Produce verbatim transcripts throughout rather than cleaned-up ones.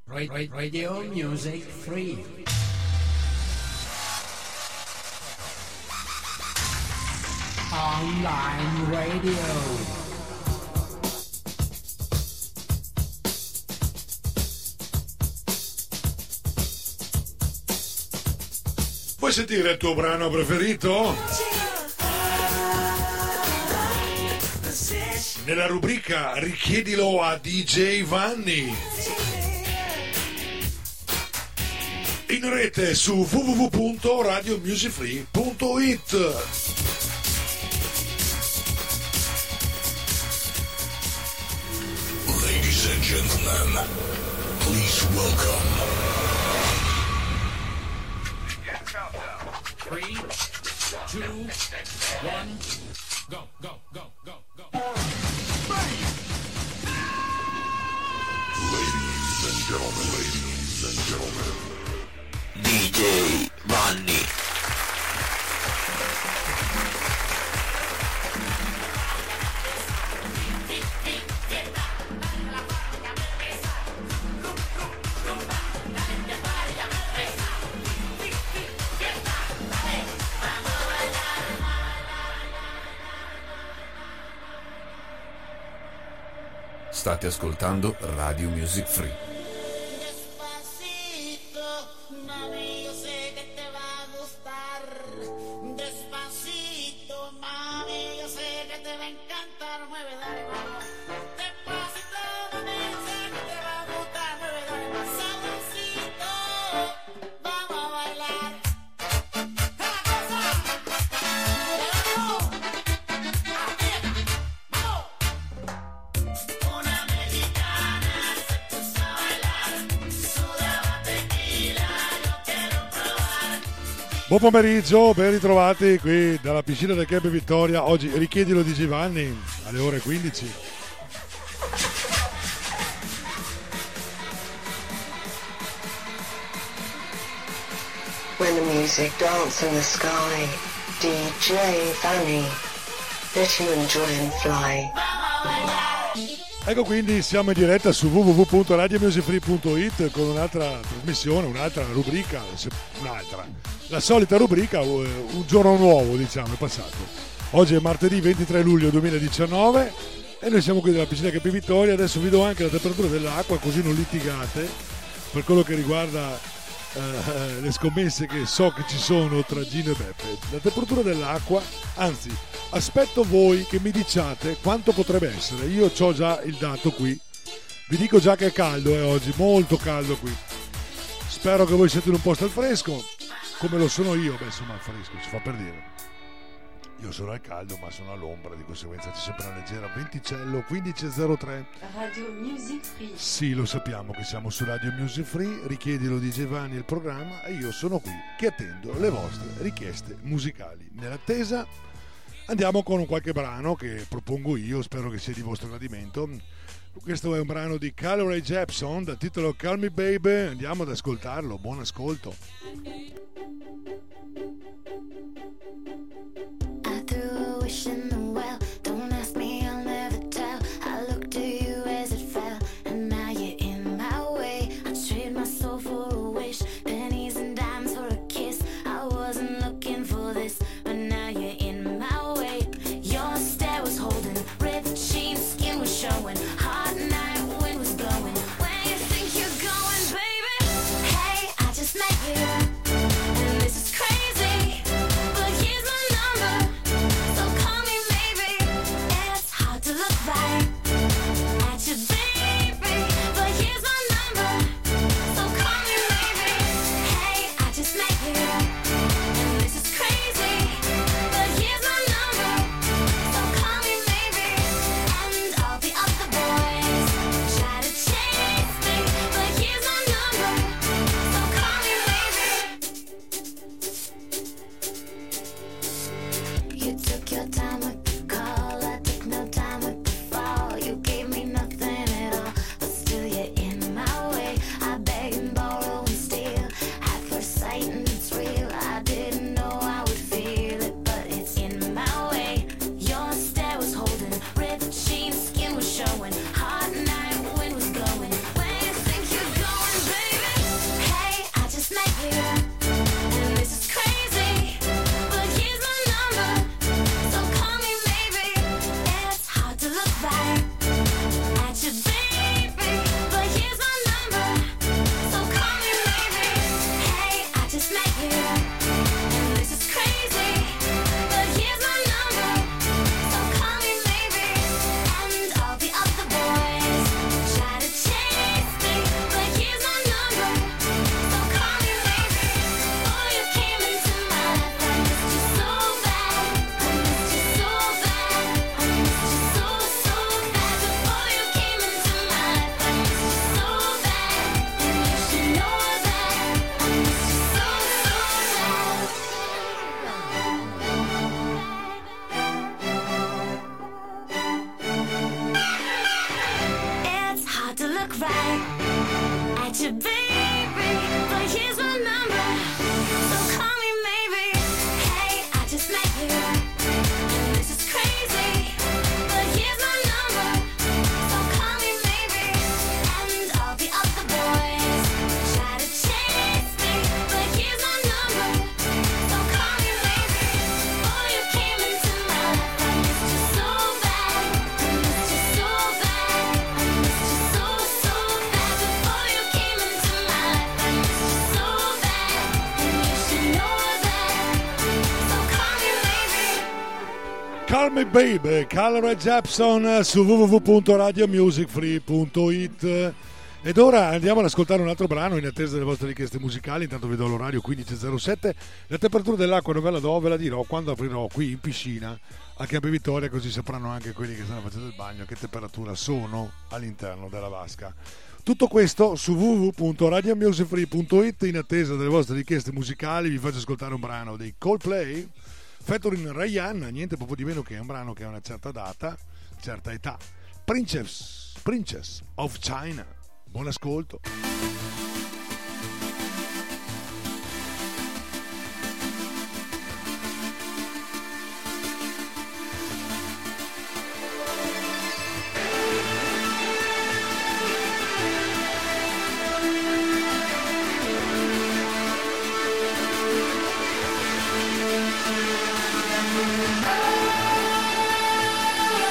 Radio Music Free. Online radio. Vuoi sentire il tuo brano preferito? Nella rubrica richiedilo a D J Vanni. In rete su w w w punto radio music free punto i t. Ladies and gentlemen, please welcome. Three, two, one, go, go, go, go, go. Ladies and gentlemen, ladies and gentlemen, D J Vanni. State ascoltando Radio Music Free. Despacito, mami, yo sé que te va a gustar. Despacito, mami, yo sé que te va a encantar. Mueve, dale, vamos. Despacito, mami, yo sé que te va a gustar. Mueve, dale, más sabrosito. Vamos a bailar. ¡Esta cosa! ¡Vamos! ¡Aprieta! ¡Vamos! Una mexicana se puso a bailar, sudava tequila, yo quiero probar. Buon pomeriggio, ben ritrovati qui dalla piscina del Camp Vittoria. Oggi richiedilo di Giovanni alle ore quindici. When the music dance in the sky, D J Vanni, let you enjoy and fly. Ecco, quindi siamo in diretta su w w w punto radio music free punto i t con un'altra trasmissione, un'altra rubrica, se- un'altra, la solita rubrica, eh, un giorno nuovo, diciamo, è passato. Oggi è martedì ventitré luglio duemiladiciannove e noi siamo qui della piscina Campi Vittoria. Adesso vi do anche la temperatura dell'acqua, così non litigate per quello che riguarda eh, le scommesse che so che ci sono tra Gino e Beppe. La temperatura dell'acqua, anzi, aspetto voi che mi diciate quanto potrebbe essere. Io ho già il dato qui. Vi dico già che è caldo, eh, oggi, molto caldo qui. Spero che voi siete in un posto al fresco, come lo sono io. Beh, insomma, al fresco, si fa per dire. Io sono al caldo, ma sono all'ombra, di conseguenza c'è sempre una leggera venticello. quindici zero tre. Radio Music Free. Sì, lo sappiamo che siamo su Radio Music Free, richiedilo di Giovanni il programma e io sono qui che attendo le vostre richieste musicali. Nell'attesa andiamo con un qualche brano che propongo io, spero che sia di vostro gradimento. Questo è un brano di Carly Rae Jepsen dal titolo Call Me Baby, andiamo ad ascoltarlo, buon ascolto. I threw a wish in the well. Don't ask me, I'll never tell. I looked to you as it fell, and now you're in my way. I trade my soul for a wish, pennies and dimes for a kiss. I wasn't looking for this, but now you're in my way. Your stare was holding, ripped jeans, skin was showing. Hot night, wind was blowing. Where you think you're going, baby? Hey, I just met you. want you, baby, but here's my number, so call me maybe. Hey, I just met you, and this is crazy, but here's my number, so call me maybe. And all the other boys try to chase me, but here's my number, so call me maybe. Before you came into my life, I missed you so bad, I missed you so bad, I missed you so, so bad. Before you came into my life, I missed you so bad, and you should know that, so call me maybe. Call Me Baby, Carl Rae Jepsen su w w w punto radio music free punto i t. Ed ora andiamo ad ascoltare un altro brano in attesa delle vostre richieste musicali. Intanto vi do l'orario quindici e zero sette. La temperatura dell'acqua non ve la do, ve la dirò quando aprirò qui in piscina a Campi Vittoria, così sapranno anche quelli che stanno facendo il bagno che temperatura sono all'interno della vasca. Tutto questo su w w w punto radio music free punto i t. In attesa delle vostre richieste musicali vi faccio ascoltare un brano dei Coldplay, featuring Ryan, niente proprio di meno che un brano che ha una certa data, certa età. Princess, Princess of China. Buon ascolto.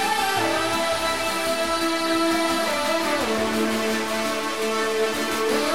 Oh,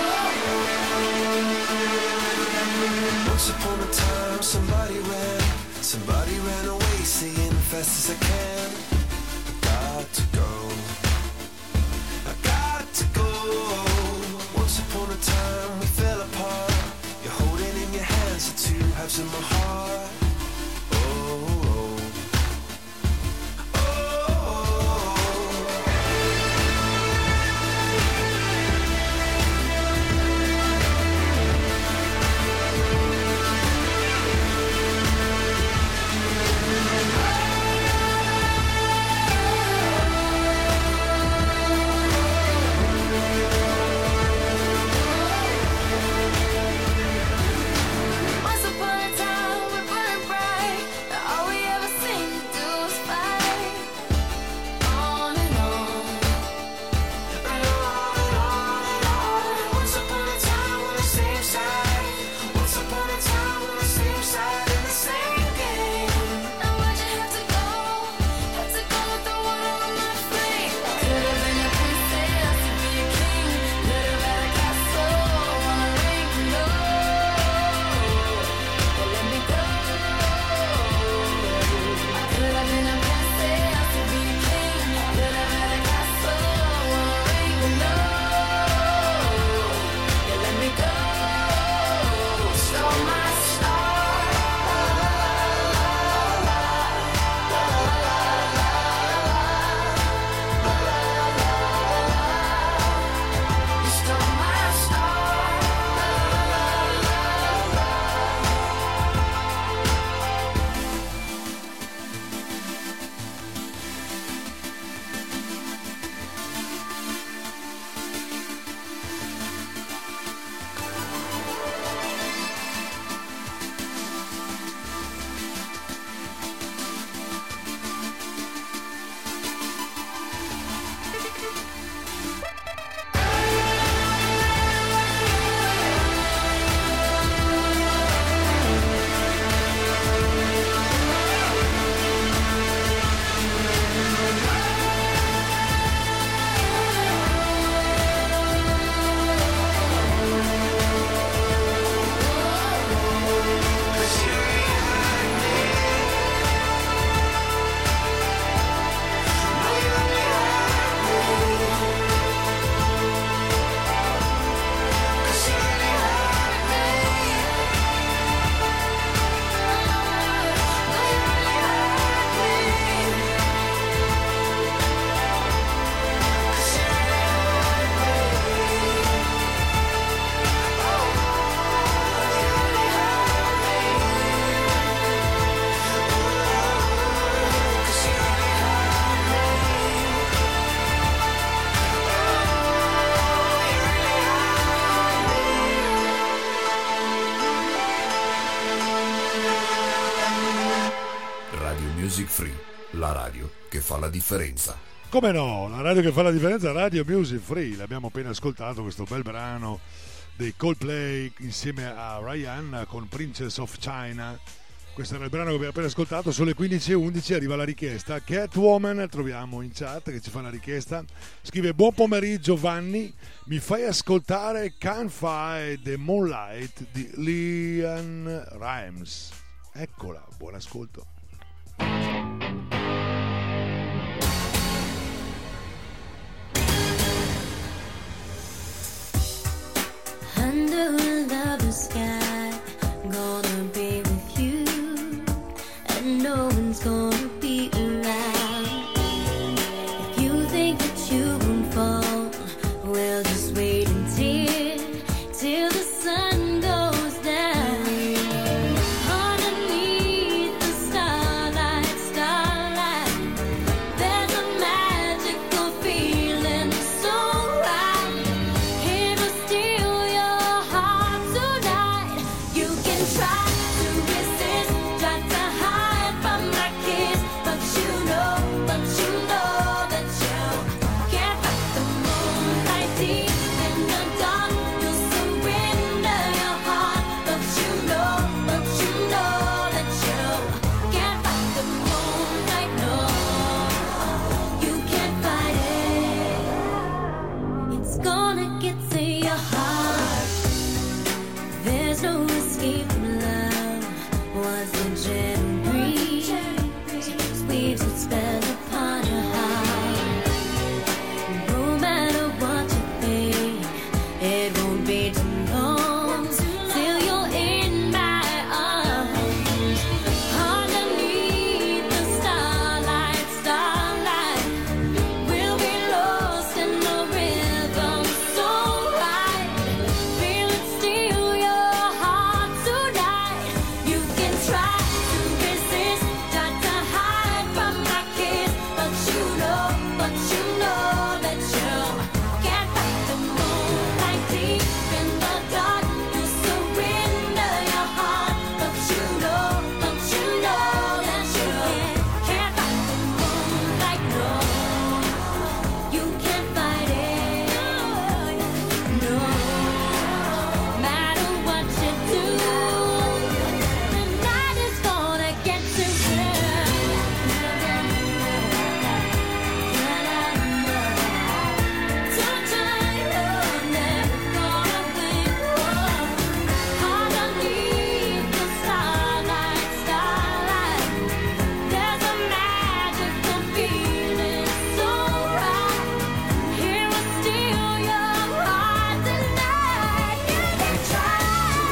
Music Free, la radio che fa la differenza. Come no, la radio che fa la differenza, Radio Music Free. L'abbiamo appena ascoltato questo bel brano dei Coldplay insieme a Ryan con Princess of China. Questo era il brano che abbiamo appena ascoltato. Sono le quindici e undici, arriva la richiesta. Catwoman, troviamo in chat che ci fa una richiesta. Scrive: buon pomeriggio Vanni, mi fai ascoltare Can't Fight the Moonlight di Leanne Rimes. Eccola, buon ascolto. Under a lover's sky, I'm gonna be with you, and no one's gonna be around. If you think that you won't fall, well, just wait until, till the sun goes down. Underneath the starlight, starlight, there's a magical feeling so right. It will steal your heart tonight. You can try to resist, try to hide from my kiss, but you know, but you know that you can't fight the moonlight deep in the dark. You'll surrender your heart, but you know, but you know that you can't fight the moonlight. No, you can't fight it. It's gonna get to your heart. There's no escape from love. Once the gentle breeze weaves its spell upon your heart. No matter what you think, it won't be too long till you're in my arms. Underneath the starlight, starlight, we'll be lost in the rhythm so right. Feel it steal your heart tonight. You can try to resist, try to hide from my kiss, but you know, but you know that you can't fight the moonlight deep in the dark. You surrender your heart, but you know, but you know that you can't fight the moonlight. No, you can't fight it. No, matter what you do, the night is gonna get to you. Too tight, you're never gonna win. Underneath the starlight, starlight, there's a magical feeling so right. Here will steal your heart tonight. You can try,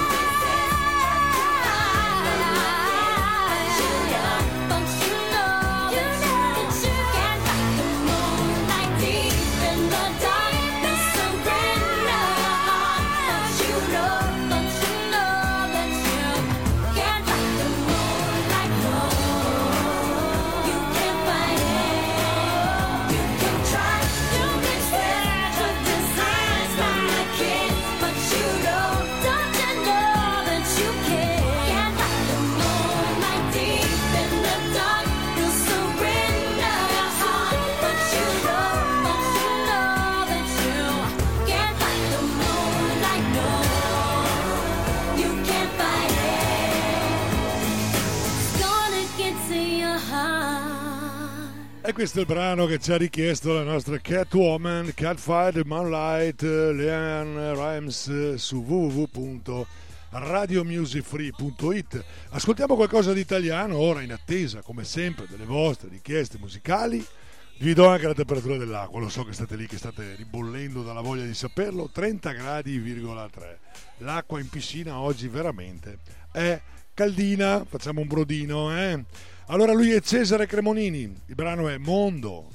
but you know that you can't fight the moonlight deep in the dark. You surrender your heart, but you know, but you know that you can't fight the moonlight. No, you can't fight it. You can try, you can try to decide from the kiss, but you know, don't you know that you can't fight the moonlight deep in the dark. You surrender your heart, but you know, but you know that you can't fight the moonlight. No, you can't fight it. It's gonna get to your heart. E questo è il brano che ci ha richiesto la nostra Catwoman, Can't Fight the Moonlight, Leanne Rimes, su w w w punto radio music free punto it. Ascoltiamo qualcosa di italiano, ora in attesa, come sempre, delle vostre richieste musicali. Vi do anche la temperatura dell'acqua, lo so che state lì, che state ribollendo dalla voglia di saperlo, trenta gradi virgola tre. L'acqua in piscina oggi veramente è caldina, facciamo un brodino, eh? Allora lui è Cesare Cremonini, il brano è Mondo.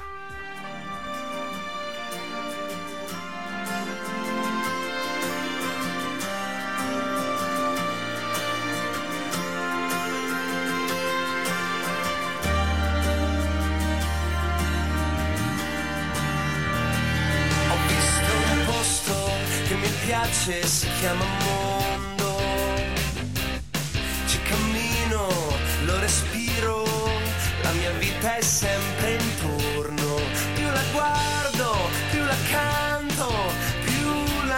Ho visto un posto che mi piace, si chiama mondo. Ci cammino, lo respiro, la mia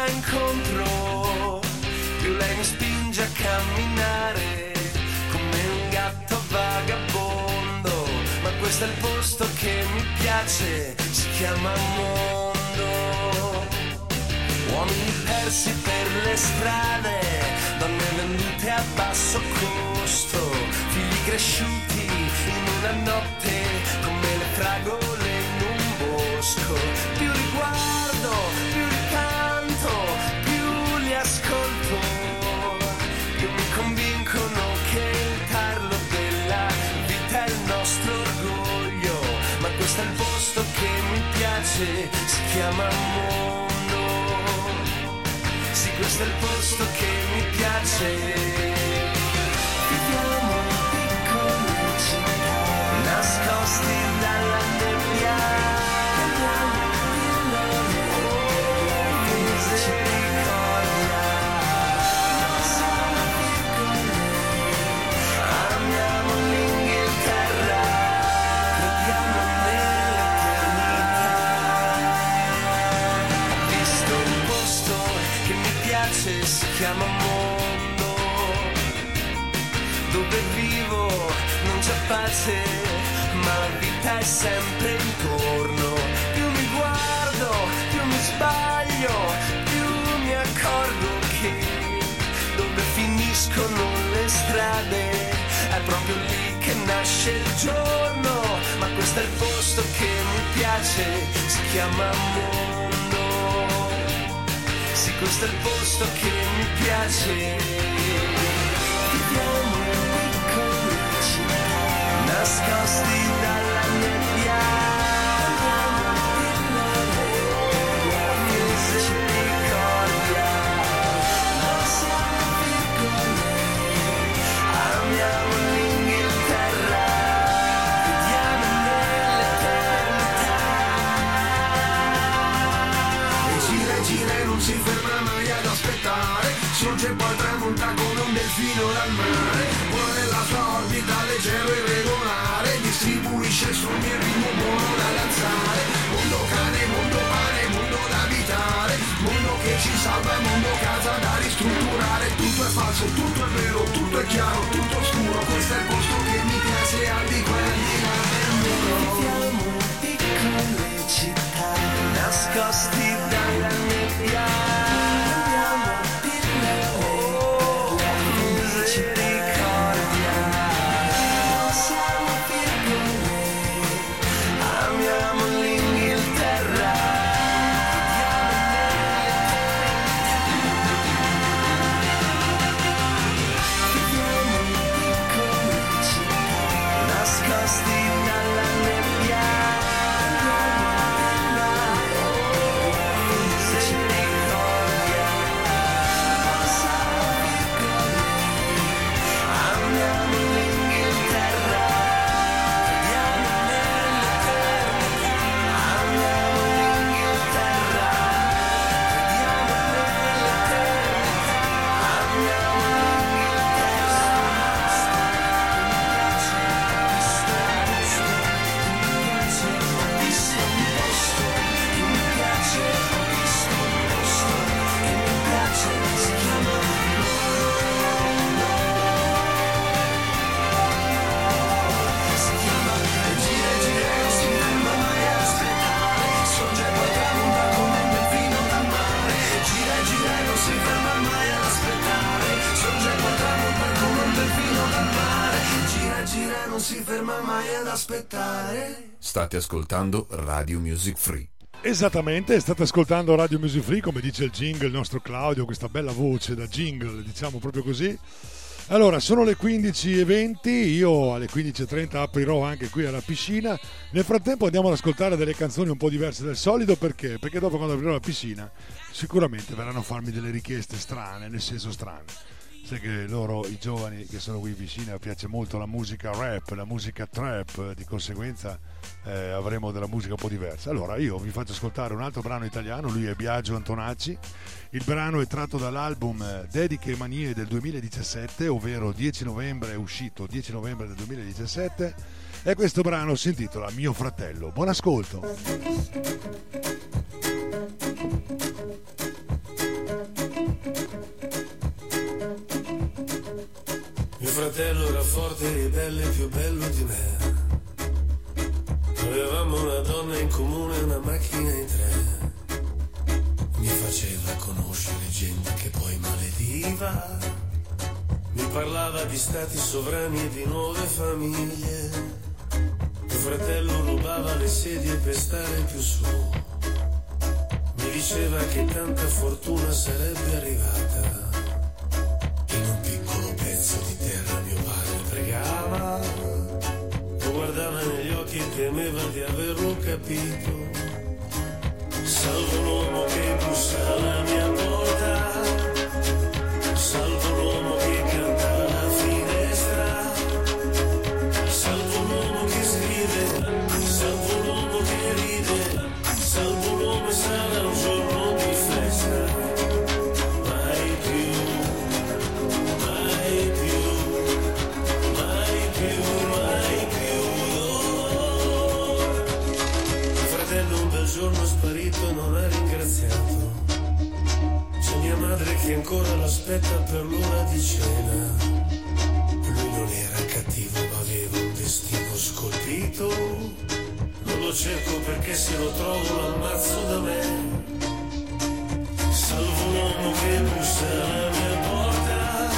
la incontro, più lei mi spinge a camminare come un gatto vagabondo. Ma questo è il posto che mi piace, si chiama mondo. Uomini persi per le strade, donne vendute a basso costo, figli cresciuti in una notte come le fragole in un bosco. Più li guardo, più li canto, più li ascolto, più mi convincono che il tarlo della vita è il nostro orgoglio. Ma questo è il posto che mi piace, si chiama mondo. Sì, questo è il posto che mi piace. Viviamo in piccole città, nascosti dalla nebbia. Misericordia. Amiamo l'Inghilterra, crediamo nell'eternità. Ho visto un posto che mi piace, si chiama mondo, dove vivo non c'è pace, ma la vita è sempre intorno. Più mi guardo, più mi sbaglio, più mi accorgo che dove finiscono le strade è proprio lì che nasce il giorno. Ma questo è il posto che mi piace, si chiama mondo. Sì, questo è il posto che mi piace. Viviamo in piccole città, nascosti dalla nebbia. Misericordia. Amiamo l'Inghilterra, crediamo nell'eternità. E gira e gira e non si ferma mai ad aspettare, sorge e poi tramonta come un delfino dal mare. Vuole nella sua orbita leggero e regolare, distribuisce sogni e ritmo buono da danzare. Mondo cane, mondo pane, mondo da abitare, mondo che ci salva, mondo casa da ristrutturare. Tutto è falso, tutto è vero, tutto è chiaro, tutto oscuro. Questo è il posto che mi piace, al di qua e al di là del muro. Viviamo in piccole città, nascosti dalla nebbia. State ascoltando Radio Music Free. Esattamente, state ascoltando Radio Music Free, come dice il jingle, il nostro Claudio, questa bella voce da jingle, diciamo proprio così. Allora, sono le quindici e venti, io alle quindici e trenta aprirò anche qui alla piscina. Nel frattempo andiamo ad ascoltare delle canzoni un po' diverse del solito, perché? Perché dopo, quando aprirò la piscina, sicuramente verranno a farmi delle richieste strane, nel senso strane. Sai che loro, i giovani che sono qui vicino, piace molto la musica rap, la musica trap, di conseguenza eh, avremo della musica un po' diversa. Allora io vi faccio ascoltare un altro brano italiano, lui è Biagio Antonacci. Il brano è tratto dall'album Dediche e Manie del duemiladiciassette, ovvero dieci novembre, è uscito dieci novembre del duemiladiciassette, e questo brano si intitola Mio fratello. Buon ascolto. fratello era forte, ribelle, più bello di me. Avevamo una donna in comune, una macchina in tre. Mi faceva conoscere gente che poi malediva. Mi parlava di stati sovrani e di nuove famiglie. Mio fratello rubava le sedie per stare più su. Mi diceva che tanta fortuna sarebbe arrivata. In un piccolo pezzo di terra mio padre pregava. Lo guardava negli occhi e temeva di averlo capito. Salvo l'uomo che bussa alla mia porta. Salvo l'uomo che canta alla finestra. Salvo l'uomo che scrive. Salvo l'uomo che ride. Salvo l'uomo e sarà un giorno di festa. Mai più, mai più, mai più, mai più. Mio fratello un bel giorno è sparito e non ha ringraziato. C'è mia madre che ancora l'aspetta per l'ora di cena. Lui non era cattivo ma aveva un destino scolpito. Non lo cerco perché se lo trovo l'ammazzo da me. Salvo l'uomo che bussa alla mia porta.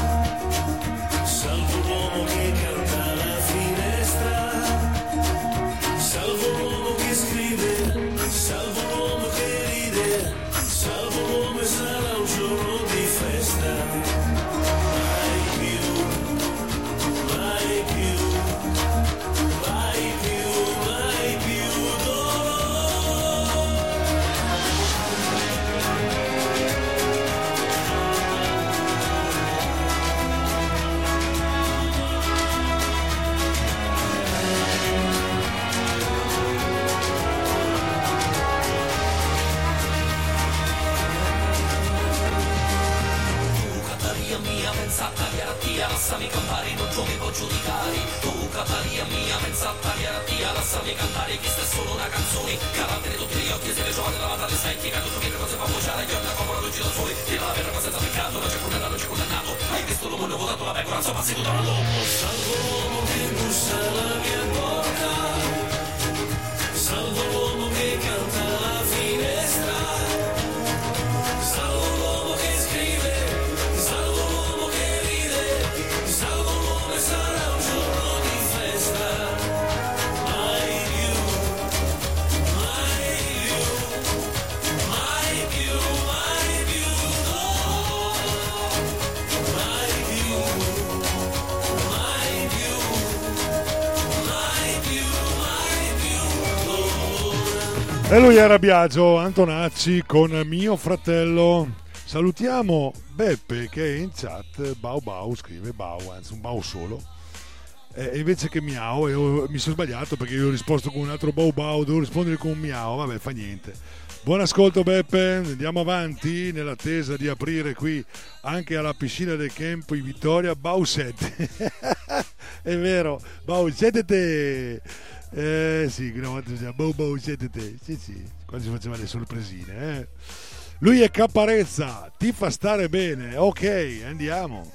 Salvo l'uomo che canta alla finestra. Salvo l'uomo che scrive. Salvo l'uomo che ride. Salvo l'uomo e sarà un giorno di festa. Mai più, mai più, mai più, mai più dolore. Catalia mia, pensata tia, lassami cantare, non giù mi può giudicare. Tu, Catalia mia, pensata tia, lassami cantare, questa è solo una canzone. Carattere tutti gli occhi, se le giovane lavata le sai, che tutto che le cose fa vociare, che una comola non gira fuori, tira la vera senza peccato, non c'è condannato, non c'è condannato. Hai visto l'uomo, ho votato la pecora, insomma, seduto all'uomo. Salvo l'uomo che bussa alla mia porta. Salvo l'uomo che canta alla finestra. Salvo l'uomo che scrive. Salvo l'uomo che ride. Salvo l'uomo e sarà un giorno di festa. Mai più, mai più, mai più, mai più, no. Mai più, mai più, mai più, mai più, no. E lui era Biagio Antonacci con Mio fratello. Salutiamo Beppe che è in chat. Bau Bau scrive Bau, anzi un Bau solo. E invece che Miau, e ho- mi sono sbagliato perché io ho risposto con un altro Bau Bau, devo rispondere con un Miau, vabbè, fa niente. Buon ascolto Beppe, andiamo avanti nell'attesa di aprire qui anche alla piscina del campo in Vittoria Bau sette. È vero, Bau sette te. Eh sì, una volta si diceva Bau Bau sette te. Sì sì, quando si faceva le sorpresine, eh. Lui è Caparezza, ti fa stare bene. Ok, andiamo.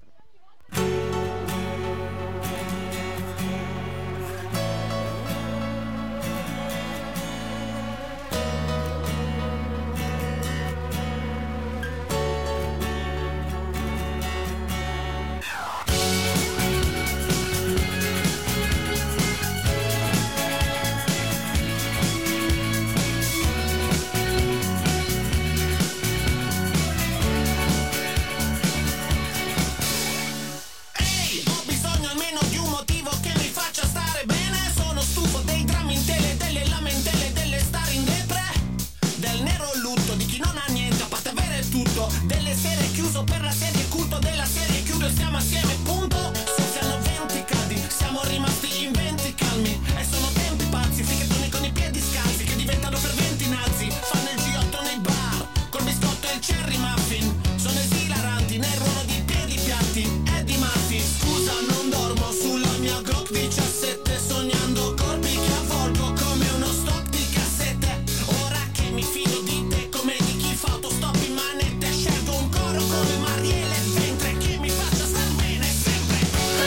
Ehi, ho bisogno almeno di un motivo che mi faccia stare bene. Sono stufo dei drammi in tele, delle lamentele, delle star in depre, del nero lutto di chi non ha niente a parte avere tutto, delle sere chiuso per la serie, culto della serie chiudo e stiamo assieme, punto. Soffiano venti caldi, siamo rimasti in venti calmi e sono tempi pazzi, fichettoni con i piedi scalzi che diventano ferventi nazi, fanno il G otto nei bar col biscotto e il cherry muffin, sono esilaranti nel ruolo di piedi piatti e di matti. Scusa, non dormo sulla mia Glock diciassette, sognando corpi che avvolgo come uno stock di cassette. Ora che mi fido di te come di chi fa autostop in manette, scelgo un coro come Marielle Ventre che mi faccia star bene sempre.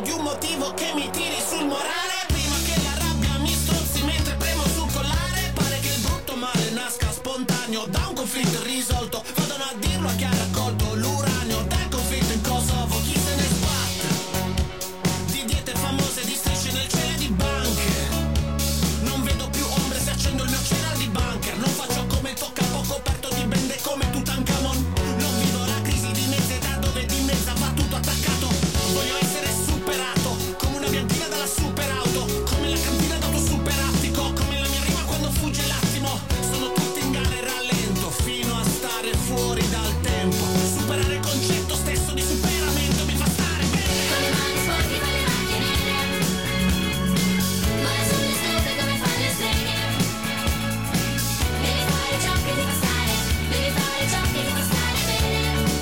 di un motivo che mi tiri sul morale. Prima che la rabbia mi strozzi mentre premo sul collare. Pare che il brutto male nasca spontaneo da un conflitto irrisolto. Vadano a dirlo a chi ha raccolto l'uranio del conflitto in Kosovo. Chi se ne sbatte di diete famose, di strisce nel cielo e di banche. Non vedo più ombre se accendo il mio cereal di bunker. Non faccio come il toccapo coperto di bende come Tutankhamon. Non vivo la crisi di mezza età dove di mezza va tutto attaccato. Voglio essere superato come una piantina dalla superauto, come la cantina d'auto superattico, come la mia rima quando fugge l'attimo. Sono tutti in gara e rallento fino a stare fuori dal tempo. Superare il concetto stesso di superamento mi fa stare bene. Con le mani sporche, con le macchie nere, vola sulle stoffe come fanno le streghe. Devi fare ciò che ti fa stare, devi fare ciò che ti fa stare bene.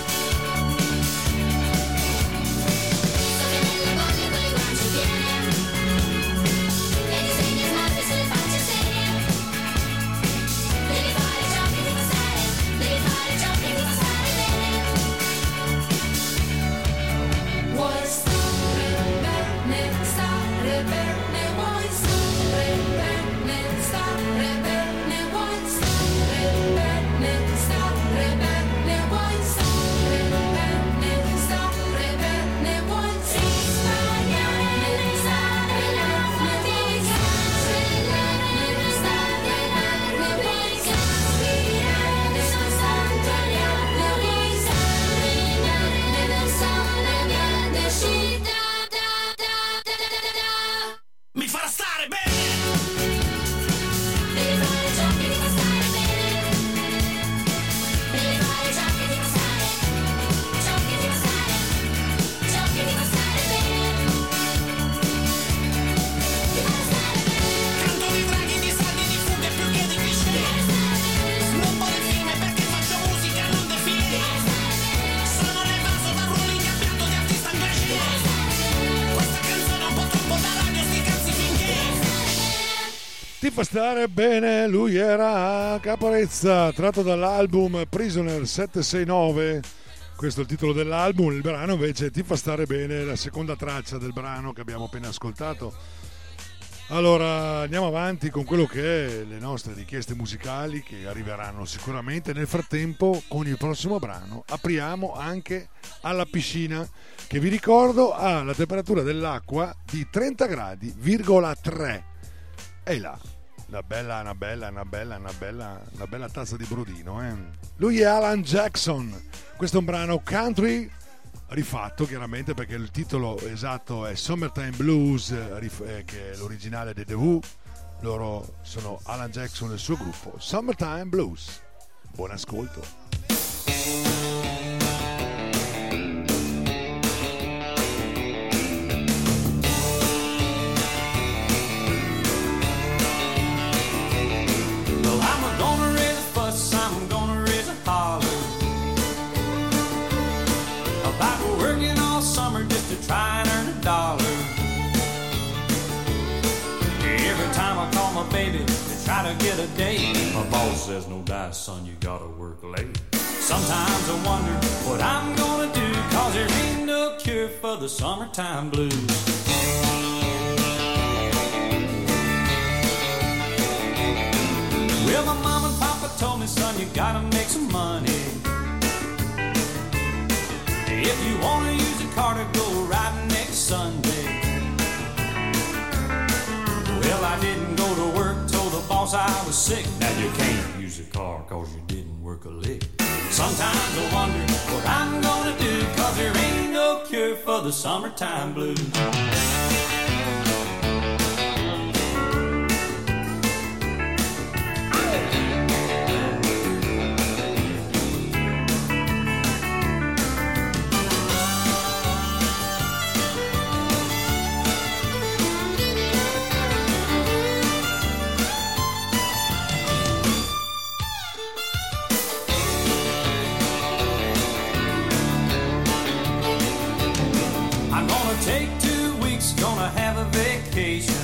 Sopra nelle bolle con le guance piene e disegni smorti sulle facce serie. Devi fare ciò che ti fa stare, devi fare ciò che ti fa stare bene. Vuoi stare bene, stare bene, vuoi stare bene, stare bene, vuoi stare bene, stare bene, vuoi stare bene, stare bene, vuoi risparmiare, stare bene, vuoi cancellare, stare bene, vuoi respirare sostanziale, vuoi stare bene, non stare bene, sci da da da da da da da. Mi farà stare bene. Devi fare ciò che ti fa stare bene. Devi fare ciò che ti fa stare, ciò che ti fa stare, ciò che ti fa stare bene. Ti farà stare bene. Canto di draghi, di saldi, di fughe più che di cliché. Snobbo le firme perché faccio musica, non defile. Sono l'evaso da ruolo ingabbiato di artista engagé. Questa canzone è un po' troppo da radio, sti cazzi finché. Ti fa stare bene, lui era Caparezza, tratto dall'album Prisoner sette sei nove. Questo è il titolo dell'album. Il brano invece Ti fa stare bene, la seconda traccia del brano che abbiamo appena ascoltato. Allora andiamo avanti con quello che è le nostre richieste musicali che arriveranno sicuramente. Nel frattempo, con il prossimo brano apriamo anche alla piscina, che vi ricordo ha la temperatura dell'acqua di trenta gradi virgola tre. E là, una bella, una bella, una bella, una bella, una bella tazza di brodino, eh. Lui è Alan Jackson. Questo è un brano country rifatto, chiaramente, perché il titolo esatto è Summertime Blues, eh, che è l'originale dei The Who. Loro sono Alan Jackson e il suo gruppo Summertime Blues. Buon ascolto. Well, I'm gonna raise a fuss, I'm gonna raise a holler about working all summer just to try and earn a dollar. Every time I call my baby to try to get a date, my boss says, no dice, son, you gotta work late. Sometimes I wonder what I'm gonna do, cause there ain't no cure for the summertime blues. Well, my mama and papa told me, son, you gotta make some money. If you wanna use a car to go riding next Sunday. Well, I didn't go to work, told the boss I was sick. Now you can't use a car cause you didn't work a lick. Sometimes I wonder what I'm gonna do, cause there ain't no cure for the summertime blues. Take two weeks, gonna have a vacation.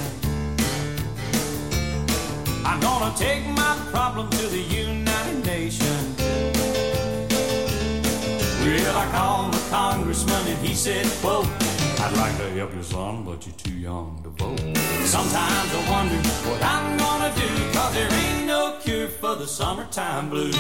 I'm gonna take my problem to the United Nations. Well, I called the congressman and he said, quote, I'd like to help you, son, but you're too young to vote. Sometimes I wonder what I'm gonna do, 'cause there ain't no cure for the summertime blues.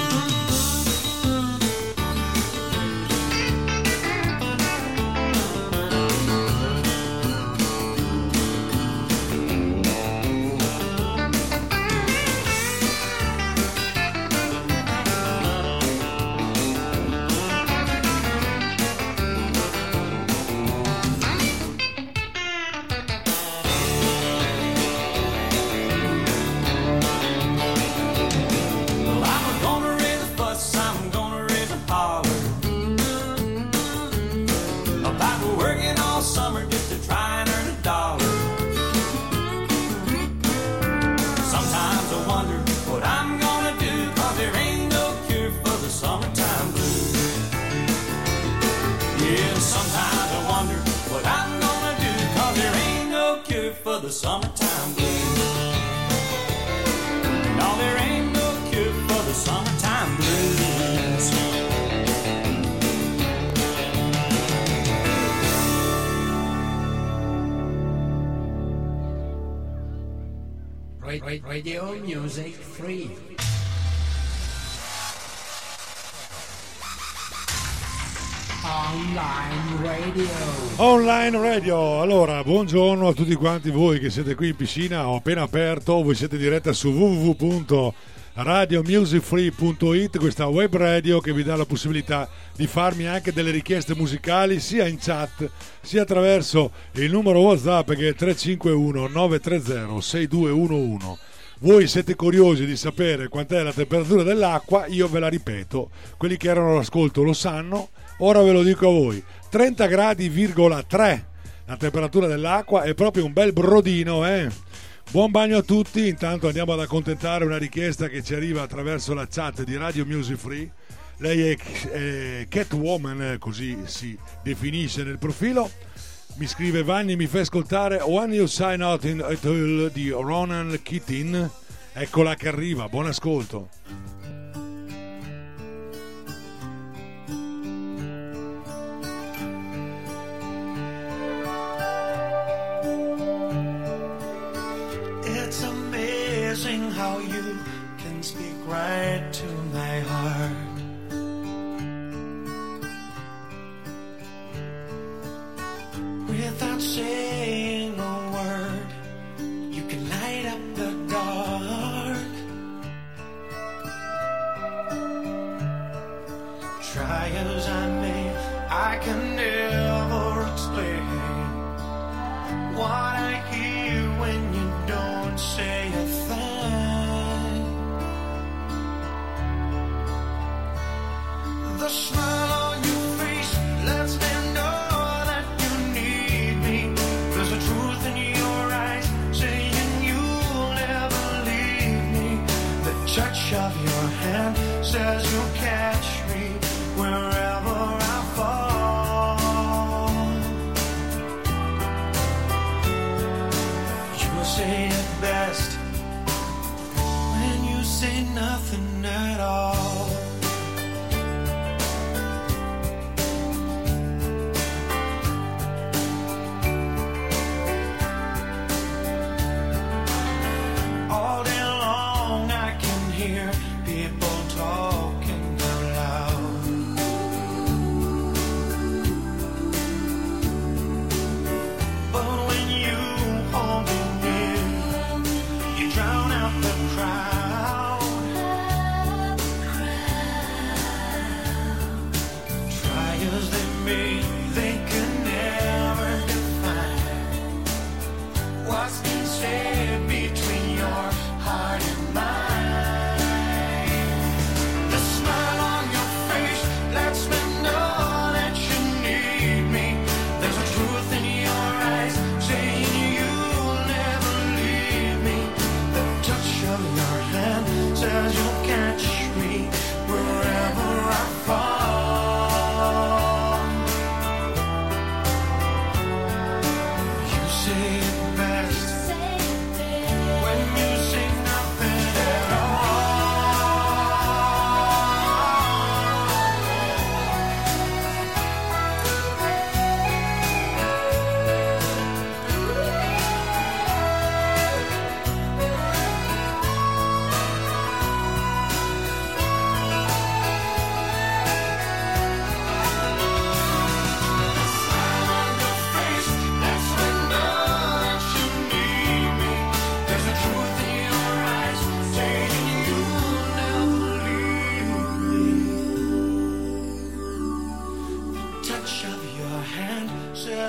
The summertime blues. No, there ain't no cure for the summertime blues. Radio Music Free. Online Radio. Online Radio. Allora, buongiorno a tutti quanti voi che siete qui in piscina o appena aperto, voi siete in diretta su w w w punto radio music free punto it, questa web radio che vi dà la possibilità di farmi anche delle richieste musicali sia in chat sia attraverso il numero WhatsApp che è tre cinque uno nove tre zero sei due uno uno. Voi siete curiosi di sapere quant'è la temperatura dell'acqua, io ve la ripeto, quelli che erano all'ascolto lo sanno. Ora ve lo dico a voi, trenta gradi virgola tre la temperatura dell'acqua, è proprio un bel brodino, eh? Buon bagno a tutti, intanto andiamo ad accontentare una richiesta che ci arriva attraverso la chat di Radio Music Free. Lei è, è Catwoman, così si definisce nel profilo. Mi scrive: Vanni, mi fai ascoltare When You Sign Out in a Hill di Ronan Keating? Eccola che arriva, buon ascolto. It's amazing how you can speak right to my heart. Without saying a word, you can light up the dark. Try as I may, I can never explain what I hear when you don't say a thing. The smile on your face lets me know that you need me. There's a truth in your eyes saying you'll never leave me. The touch of your hand says you'll catch me wherever I fall. You say it best when you say nothing at all.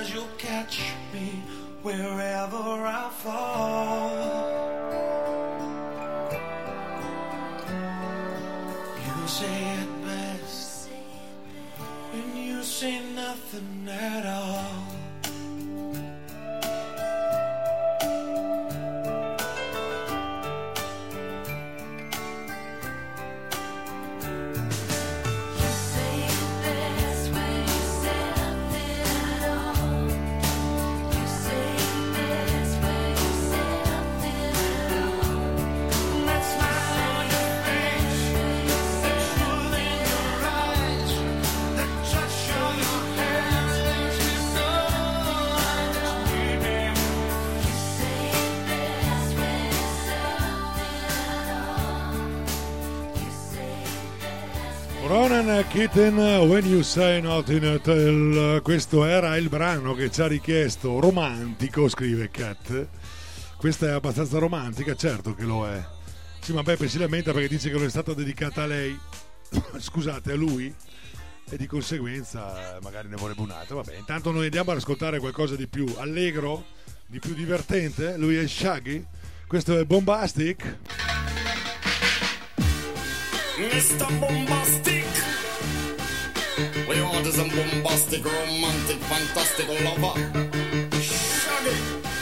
'cause you'll catch me wherever I fall. You say it best when you say nothing at all. Ronan Keating, When You Say Nothing at All. Questo era il brano che ci ha richiesto. Romantico, scrive Cat. Questa è abbastanza romantica, certo che lo è. Sì, ma Beppe si lamenta perché dice che non è stata dedicata a lei. Scusate, a lui. E di conseguenza magari ne vorrebbe un'altra. Vabbè, intanto noi andiamo ad ascoltare qualcosa di più allegro, di più divertente. Lui è Shaggy. Questo è Bombastic. mister Bombastic, we want is a bombastic, romantic, fantastic lover. Shaggy,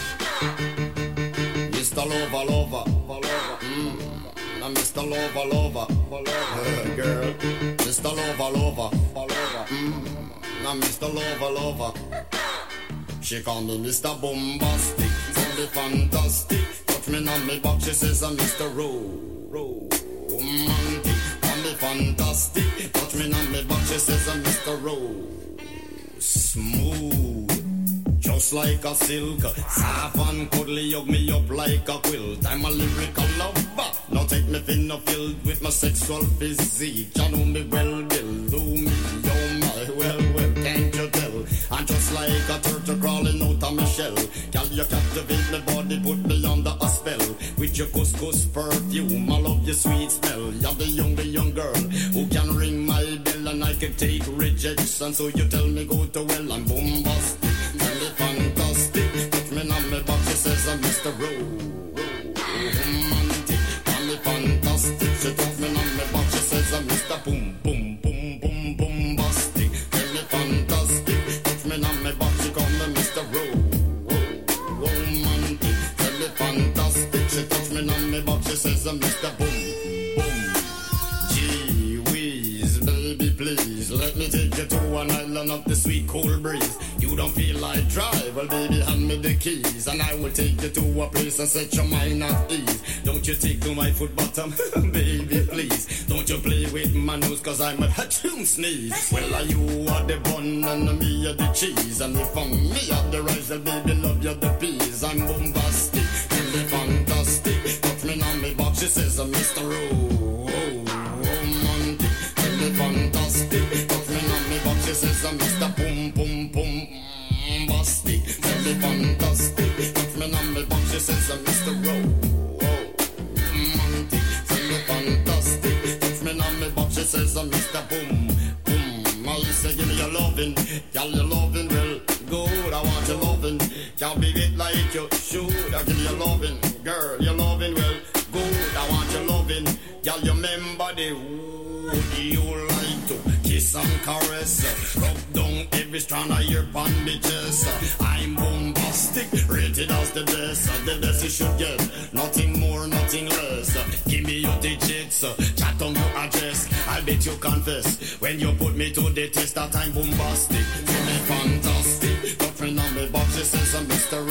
mister Lover, lover, lover. Mm. Now mister Lover, lover, lover. Girl, mister Lover, lover, lover. Mm. Now mister Lover, lover. She call me mister Bombastic, tell me fantastic. Touch me on me back, she says I'm mister Ro, Ro, romantic. Me fantastic, touch me on me back, she says I'm mister Rose. Smooth, just like a silk, soft and cuddly, hug me up like a quilt. I'm a lyrical lover, now take me thin or filled with my sexual physique. You know me well, Bill, do me, oh my, well, well, can't you tell? I'm just like a turtle crawling out of my shell. Girl, you captivate my body, put me under a spell. With your couscous perfume, I love your sweet smell. You're the young, the young girl who can ring my bell, and I can take rejection. So you tell me go to well, I'm bombastic, tell me fantastic. Touch me on my back, she says I'm mister Romantic, tell me fantastic. She touch me on my back, she says I'm mister Boom, boom, boom, boom, bombastic. Tell me fantastic. Touch me on my back, she call me mister Romantic, tell me fantastic. She touch me on my back, she says I'm mister Boom, boom. Gee whiz, baby please, let me take you to an island of the sweet cool breeze. You don't feel like drive, well baby hand me the keys, and I will take you to a place and set your mind at ease. Don't you take to my foot bottom, baby please. Don't you play with my nose, cause I'm a hatchoon sneeze. Well are you are the bun and me are the cheese, and if I'm me are the rice, well baby love you the peas. I'm bombastic, tell me fantastic. Touch me on me box, she says I'm mister Romantic, tell me fantastic. Touch me on me box, she says I'm mister Boom, boom, boom. Bombastic, tell me fantastic. Touch me on me box, she says I'm mister Romantic, tell me fantastic. Touch me on me box, she says I'm mister Boom, boom. I say give me your lovin', girl your lovin' well good. I want your lovin', can't be it like you should. I give you your lovin', girl your lovin' well good. I want your lovin', girl you remember the wood you like to kiss and caress, rub down every strand of your bandages. I'm bombastic, rated as the best, the best you should get, nothing more, nothing less. Give me your digits, chat on your address, I'll bet you confess when you put me to the test that I'm bombastic. Tell me fantastic, touch me on me box, she says I'm mister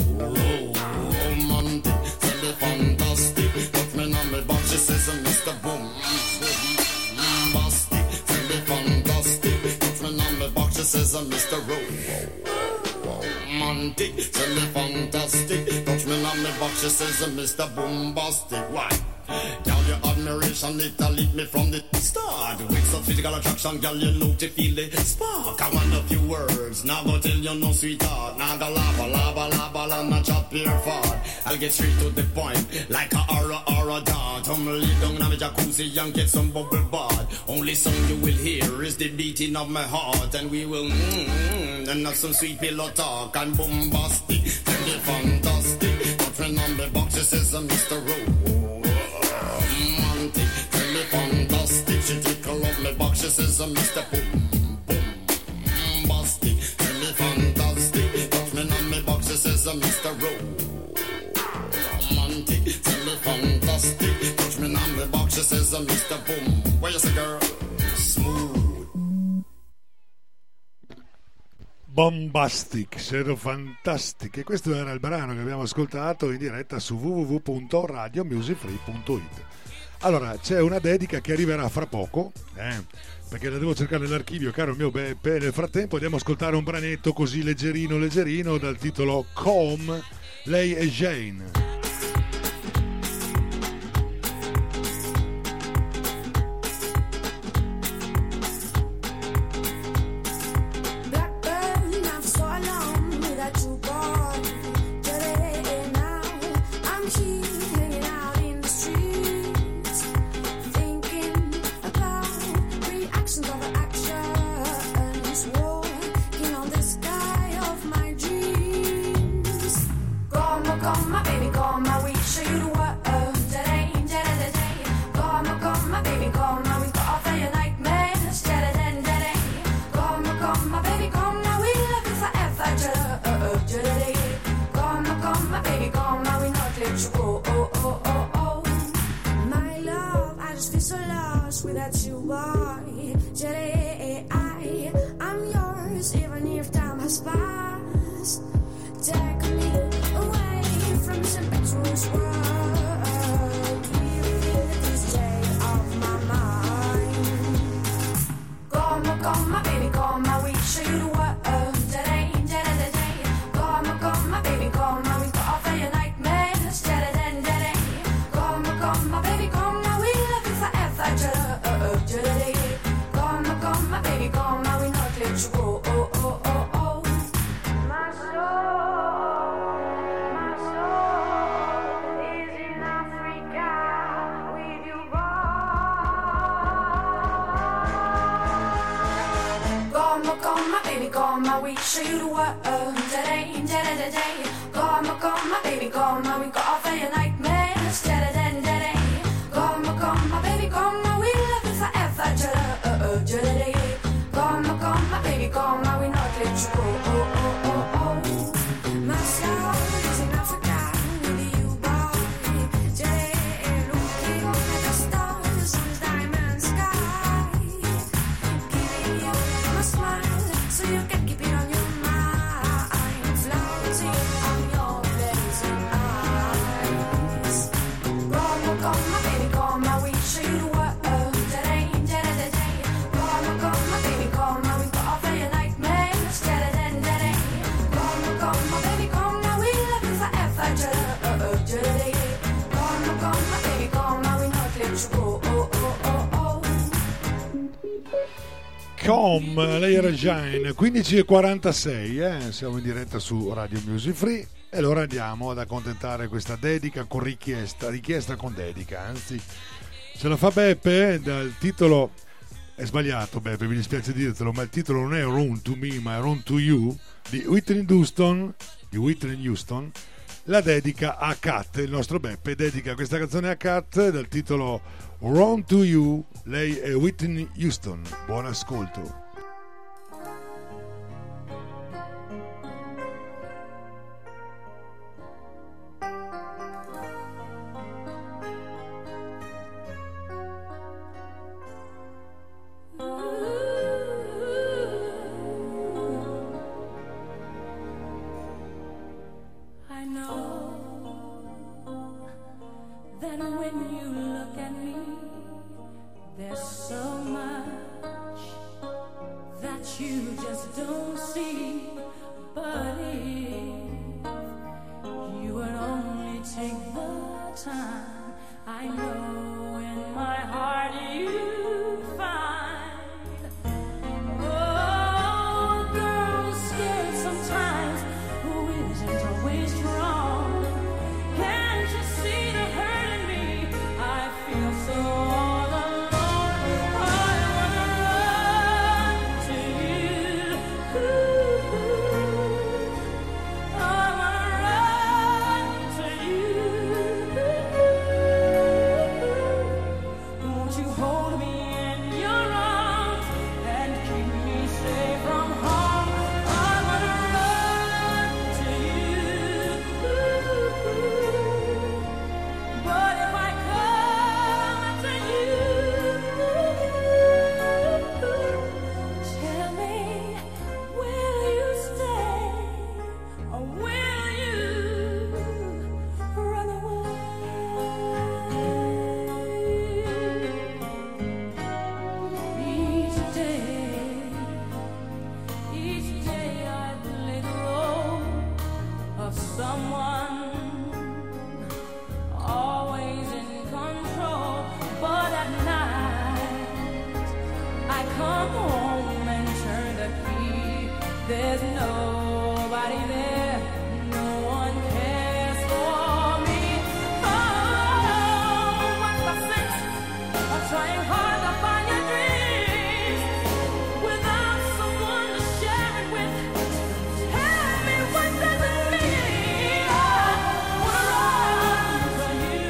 Romantic. Tell me fantastic, touch me on me box, she says I'm mister Boom. She says I'm mister Romantic, tell me fantastic. Touch me on me box, she says I'm mister Bombastic. Why? Girl, you have admiration, it a lit me from the start. With some physical attraction, girl, you know to feel the spark. I want a few words, now go tell you no sweetheart. Now go lava, lava, lava, lava, chop your fart. I'll get straight to the point, like a aura, aura dart. I'm lay down in my jacuzzi and get some bubble bath. Only song you will hear is the beating of my heart. And we will mmm, and have some sweet pillow talk. I'm bombastic, tell me fantastic. Touch me on the box, she says I'm Mister Romantic, tell me fantastic. She tickle up my box, she says I'm Mister Boom, boom, bombastic. Tell me fantastic. Touch me on my box, she says I'm Mister Romantic, tell me fantastic. Touch me on my box, she says I'm Mister Boom. Where you say, girl? Smooth. Bombastic, Zero Fantastic, e questo era il brano che abbiamo ascoltato in diretta su w w w punto radio music free punto i t. Allora, c'è una dedica che arriverà fra poco, eh, perché la devo cercare nell'archivio, caro mio Beppe. Nel frattempo andiamo ad ascoltare un branetto così leggerino leggerino dal titolo Calm, lei è Jane. Com, lei era Jane, quindici e quarantasei, eh? Siamo in diretta su Radio Music Free e allora andiamo ad accontentare questa dedica con richiesta, richiesta con dedica, anzi ce la fa Beppe dal titolo, è sbagliato Beppe, mi dispiace dirtelo, ma il titolo non è Run to Me ma è Run to You di Whitney Houston, di Whitney Houston. La dedica a Kat, il nostro Beppe dedica questa canzone a Kat dal titolo Run to You, lei è Whitney Houston. Buon ascolto. Take the time, I know in my there's nobody there, no one cares for me. Oh, what's the sense of trying hard to find your dreams without someone to share it with? Tell me, what does it mean? I wanna run to you.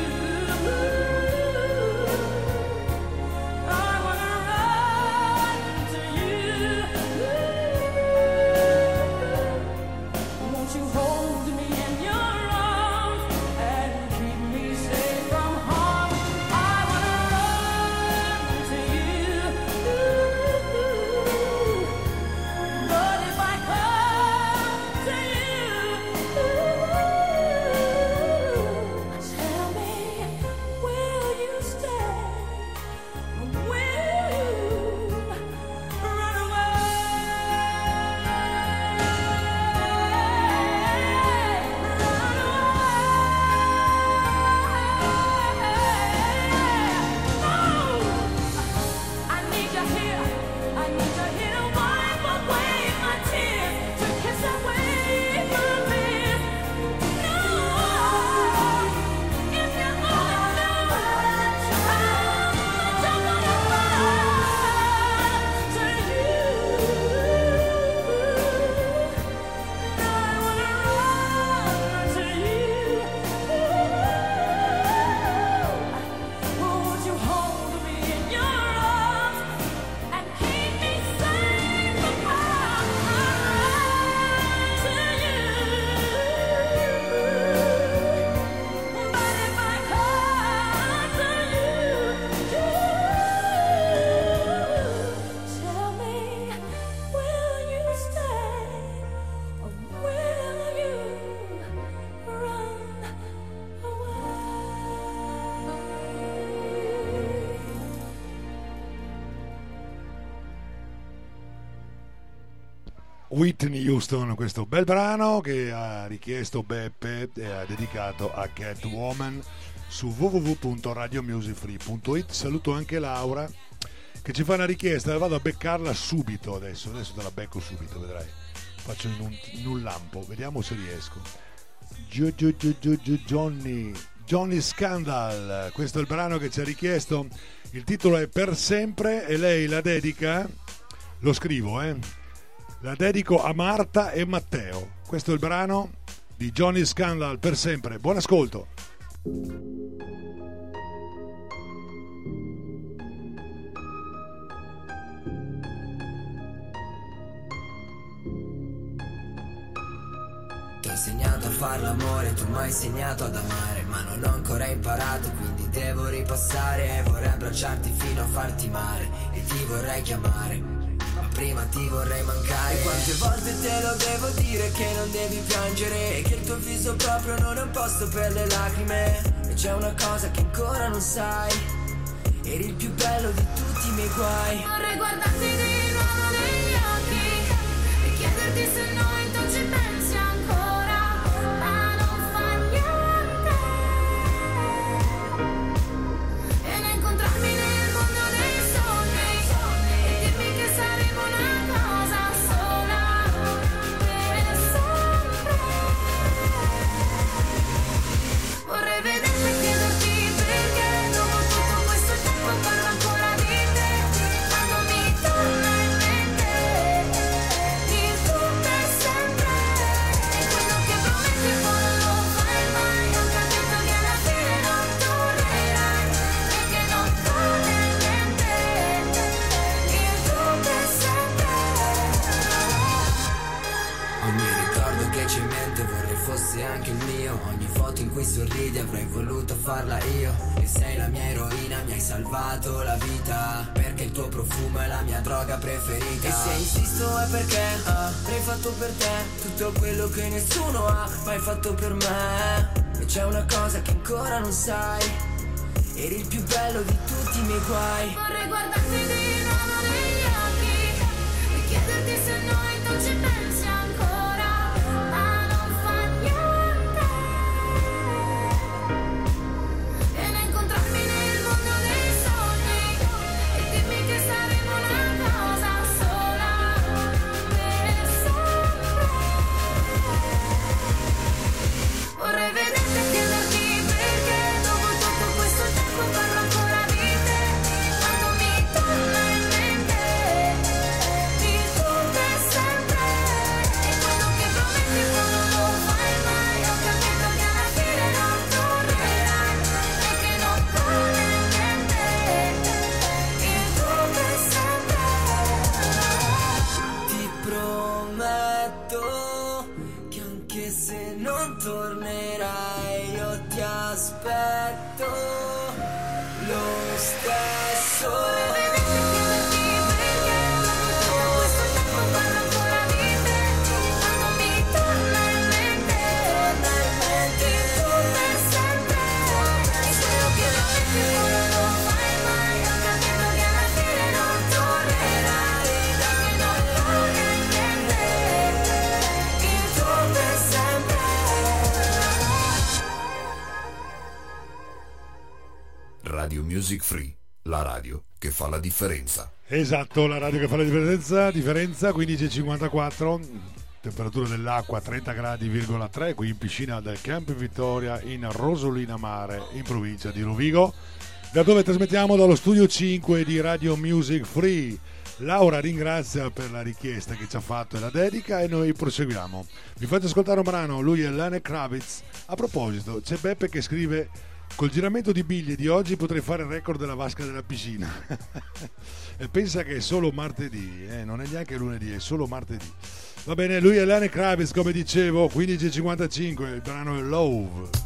I wanna run to you. Won't you hold me in your arms and keep me safe from harm? I wanna run to you. But if I come to you, tell me, will you stay? Or will you run away? I need you here, I need you here to wipe away my tears, to kiss away my fears. No, if you only knew how much I wanna run to you. I wanna run to you. Won't you hold me in your arms and keep me safe from harm? I run to you. But if I come to you, tell me, will you stay or will you run away? Whitney Houston, questo bel brano che ha richiesto Beppe e ha dedicato a Catwoman su w w w punto radio music free punto it. Saluto anche Laura che ci fa una richiesta, vado a beccarla subito adesso, adesso te la becco subito, vedrai. Faccio in un, in un lampo, vediamo se riesco. Gio, gio, gio, gio, gio, Johnny, Johnny Scandal, questo è il brano che ci ha richiesto, il titolo è Per sempre e lei la dedica, lo scrivo eh la dedico a Marta e Matteo. Questo è il brano di Johnny Scandal, Per sempre. Buon ascolto. Ti ho insegnato a far l'amore, tu mi hai insegnato ad amare, ma non ho ancora imparato, quindi devo ripassare. Vorrei abbracciarti fino a farti male e ti vorrei chiamare, ma prima ti vorrei mancare. E quante volte te lo devo dire che non devi piangere, e che il tuo viso proprio non è un posto per le lacrime. E c'è una cosa che ancora non sai, eri il più bello di tutti i miei guai. Vorrei guardarti di nuovo negli occhi e chiederti se noi tu ci pensi ancora, ma non fa niente. E ne incontrarmi nel mondo dei sogni e dirmi che saremo una cosa sola per sempre. Vorrei vederti e chiederti perché dopo tutto questo tempo parlo ancora di te, quando mi torna in mente il tu per sempre. E quello che prometti poi non lo fai mai, ho capito che alla fine non tornerai e che non vale niente il tu per sempre. Ogni ricordo che c'è in mente vorrei fosse anche il mio, ogni foto in cui sorridi avrei voluto farla io. E sei la mia eroina, mi hai salvato la vita, perché il tuo profumo è la mia droga preferita. E se insisto è perché ah, avrei fatto per te tutto quello che nessuno ha mai fatto per me. E c'è una cosa che ancora non sai, eri il più bello di tutti i miei guai. Vorrei guardarti di nuovo negli occhi e chiederti se noi tu ci pensi ancora, ma non fa niente. E ne incontrarmi nel mondo dei sogni e dirmi che saremo una cosa sola per sempre. Music Free, la radio che fa la differenza. Esatto, la radio che fa la differenza, differenza quindici e cinquantaquattro, temperatura dell'acqua trenta gradi,tre gradi qui in piscina del Camp Vittoria in Rosolina Mare in provincia di Rovigo, da dove trasmettiamo dallo studio cinque di Radio Music Free. Laura ringrazia per la richiesta che ci ha fatto e la dedica e noi proseguiamo. Vi faccio ascoltare un brano, lui è Lenny Kravitz. A proposito, c'è Beppe che scrive: col giramento di biglie di oggi potrei fare il record della vasca della piscina. E pensa che è solo martedì, eh? Non è neanche lunedì, è solo martedì. Va bene, lui è Lenny Kravitz, come dicevo, quindici e cinquantacinque, il brano è Love.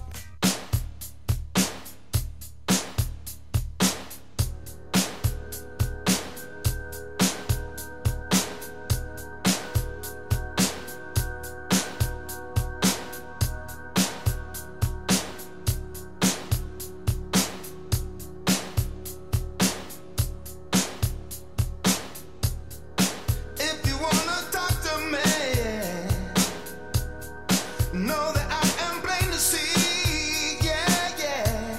Know that I am plain to see, yeah, yeah.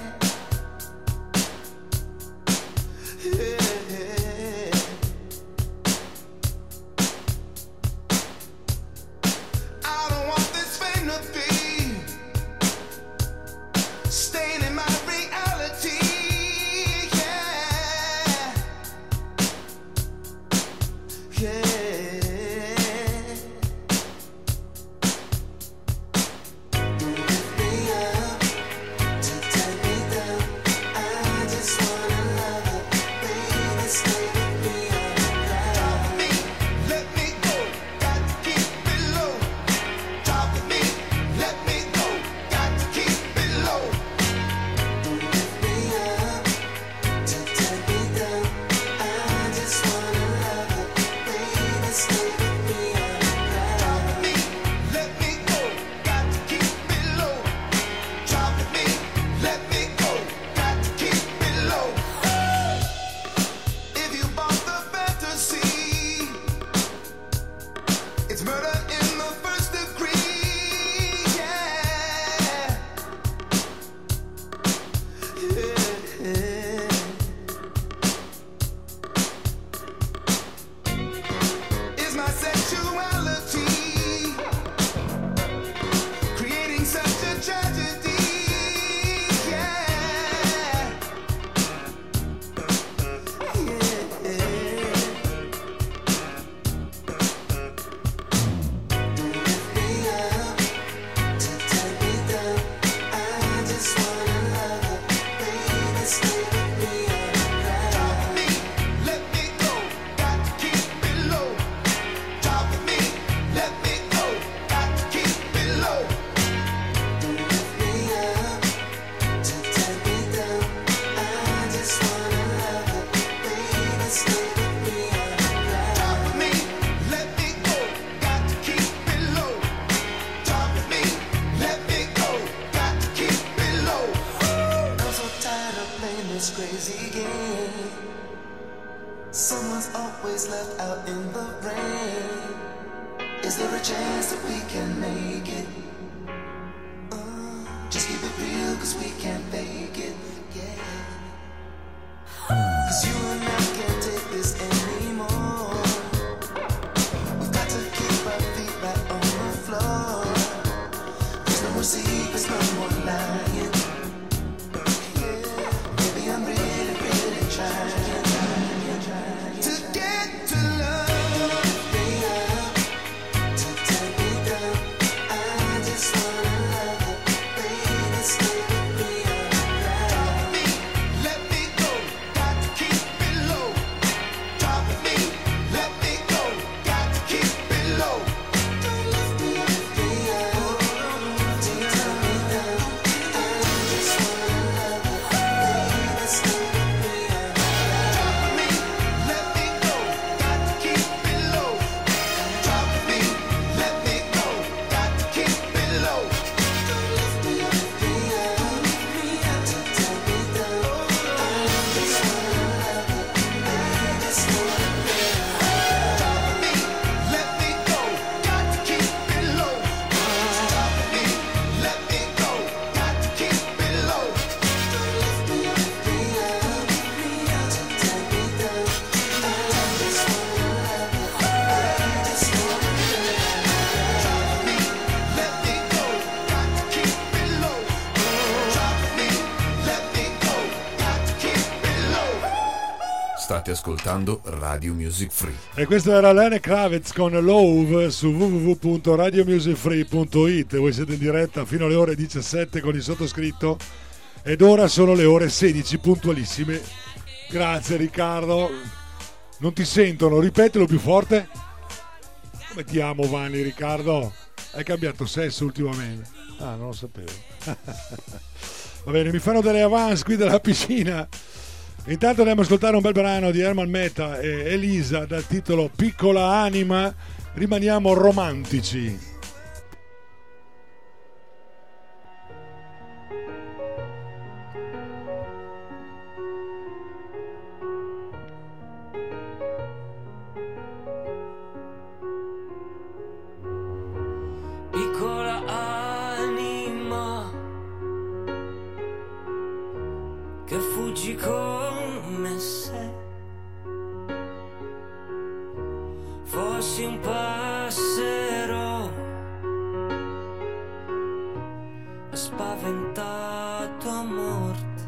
Someone's always left out in the rain. Is there a chance that we can make it? Uh, just keep it real, cause we can't fake it, yeah. Cause you and I can't take this anymore. We've got to keep our feet right on the floor. There's no more secrets, no more lying. Yeah, baby, I'm really, really trying. I State ascoltando Radio Music Free. E questo era Lenny Kravitz con Love su w w w punto radio music free punto it. Voi siete in diretta fino alle ore diciassette con il sottoscritto ed ora sono le ore sedici puntualissime. Grazie Riccardo. Non ti sentono, ripetelo più forte. Come ti amo Vanni, Riccardo? Hai cambiato sesso ultimamente? Ah, non lo sapevo. Va bene, mi fanno delle avance qui dalla piscina. Intanto andiamo ad ascoltare un bel brano di Herman Meta e Elisa dal titolo Piccola Anima. Rimaniamo romantici. Piccola anima che fuggi come se fossi un passero spaventato a morte.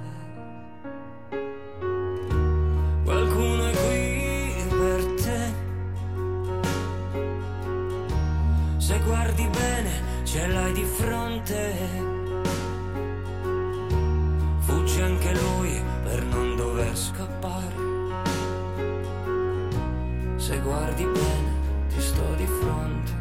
Qualcuno è qui per te, se guardi bene ce l'hai di fronte. Fugge anche lui per non dover scappare. Se guardi bene ti sto di fronte.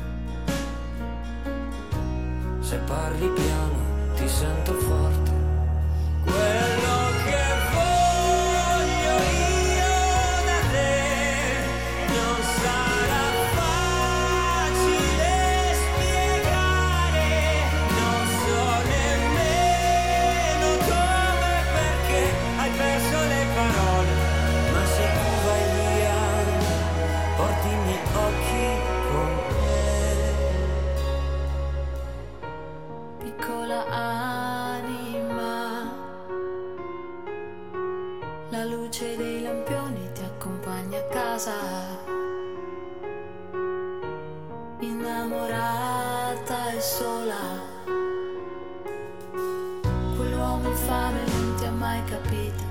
Se parli piano ti sento forte. Quello che voglio io da te non sarà facile spiegare. Non so nemmeno come, perché hai perso le parole. Ma se tu vai via porti i miei occhi con te. Piccola anima, la luce dei lampioni ti accompagna a casa. Innamorata e sola, quell'uomo infame non ti ha mai capito.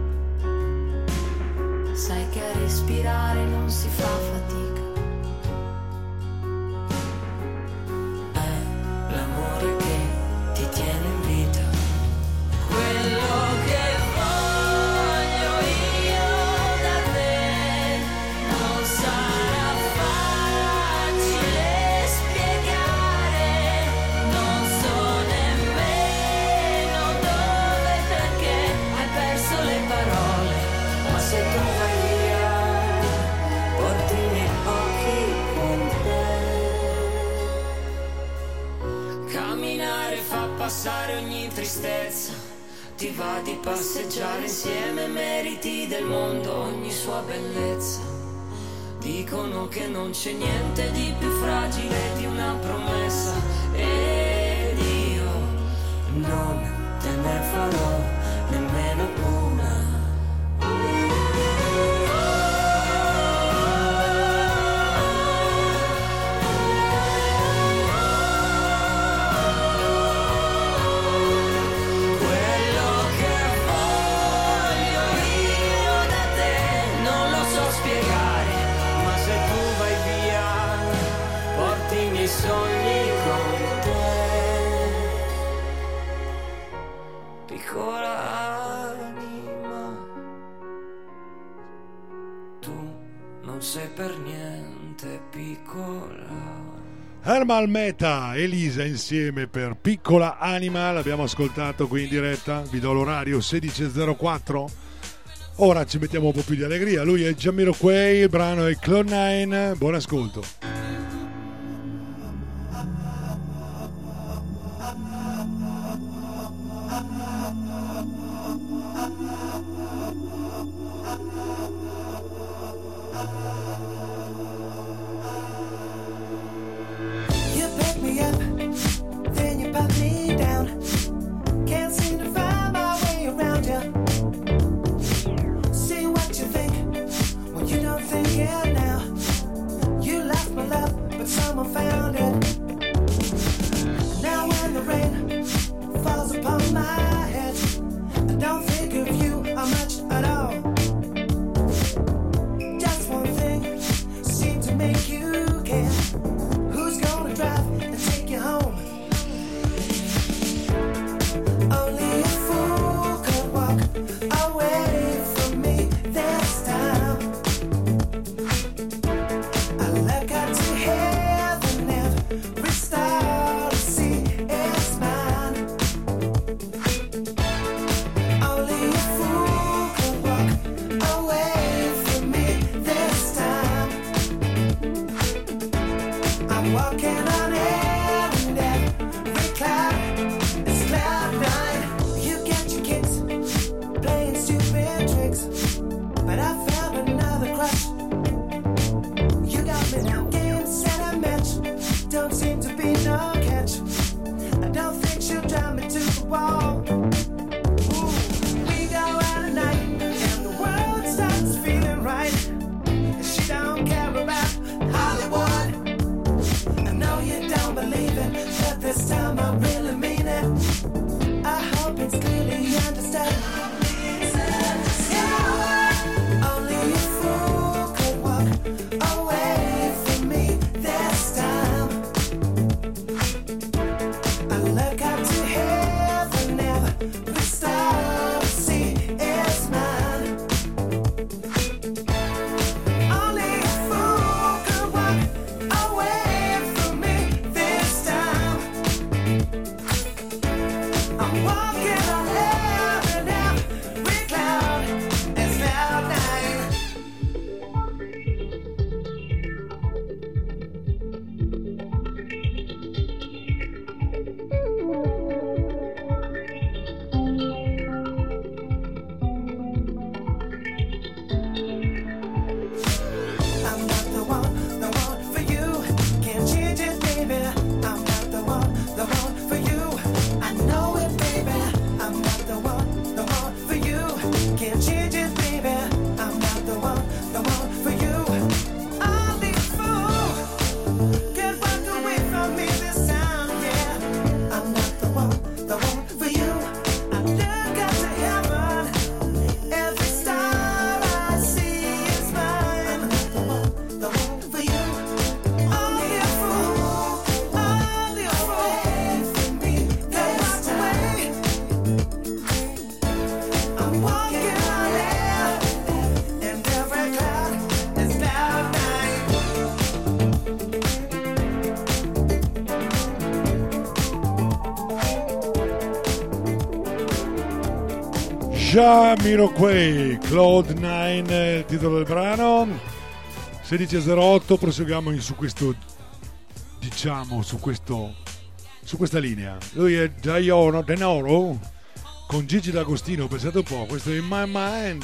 Sai che a respirare non si fa fatica. È l'amore che ti tiene in vita. Quello che voglio io da te non sarà facile spiegare. Non so nemmeno dove, perché hai perso le parole. Ma se tu vai via porti i miei occhi con te. Camminare fa passare ogni tristezza. Ti va di passeggiare insieme, meriti del mondo ogni sua bellezza. Dicono che non c'è niente di più fragile di una promessa, ed io non te ne farò nemmeno una. Quello che voglio io da te non lo so spiegare, ma se tu vai via porti i miei sogni con te. Piccola anima, tu non sei per niente piccola. Herman Meta, Elisa insieme per Piccola Anima, l'abbiamo ascoltato qui in diretta, vi do l'orario sedici e zero quattro. Ora ci mettiamo un po' più di allegria, lui è Jamiroquai, il brano è Cloud nine, buon ascolto. You pick me up, then you put me down. Can't seem to find my way around you. Say what you think when you don't think it now. You left my life. walking on air and every cloud is cloud nine. You get your kicks playing stupid tricks, but I found another crush. You got me now, game, set, and match. Don't seem to be no catch. I don't think she'll drive me to the wall. Ooh, we go out at night and the world starts feeling right. She don't care about Hollywood. I know you don't believe it, but this time I really mean it. I hope it's clearly understood. Yeah. Only a fool could walk away from me this time. I look up to heaven, every star I see is mine. Only a fool could walk away from me this time. I'm walking on air and every cloud is cloud nine. I'm not the one, the one for you. Can't change it, baby. I'm not the one, the one for you. I know it, baby. I'm not the one, the one for you. Can't change it, baby. I'm not the one, the one for you. Only a fool could walk away from me this time, yeah. I'm not the one, the one for you. I look up to heaven, every star I see is mine. I'm not the one, the one for you. Only a fool, only a fool for me this time. I'm walking on air, and every cloud is cloud nine. Jamiroquai, Cloud nine, il titolo del brano. sedici e zero otto, proseguiamo in- su questo, diciamo, su questo, su questa linea. Lui è Giaiono Tenoro con Gigi D'Agostino, pensate un po', questo è In My Mind.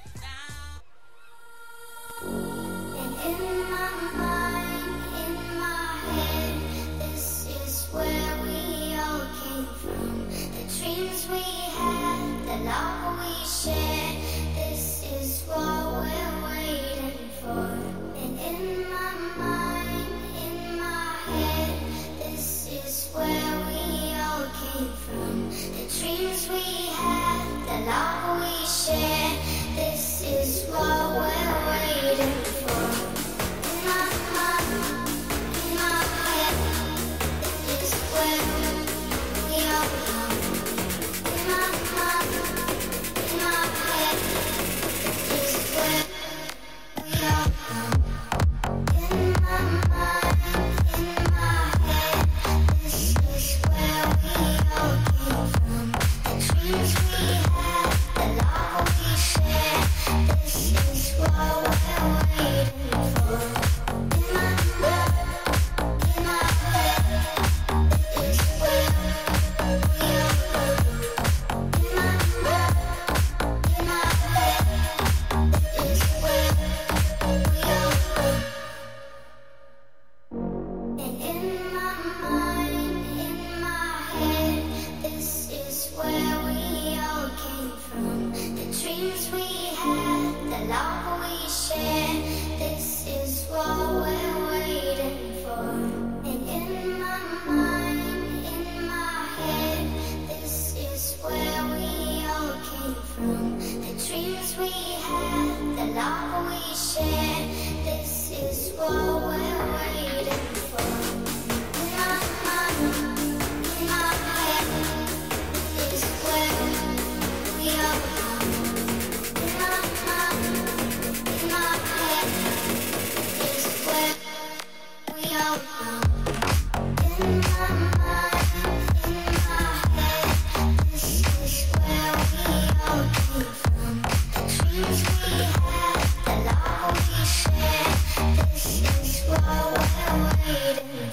This is where we all came from. The dreams we had, the love we shared. This is what we're waiting for. And in my mind, in my head, this is where we all came from. The dreams we had, the love we shared. This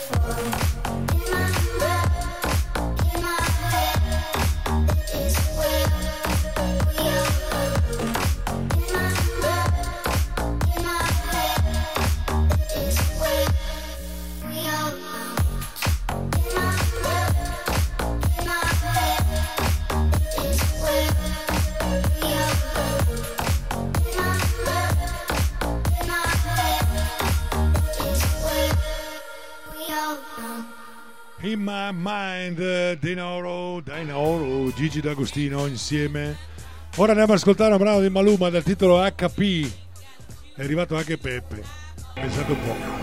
In My Mind, Dinoro, Dinoro, Gigi D'Agostino insieme. Ora andiamo ad ascoltare un brano di Maluma dal titolo acca pi. È arrivato anche Peppe. Pensate un po'.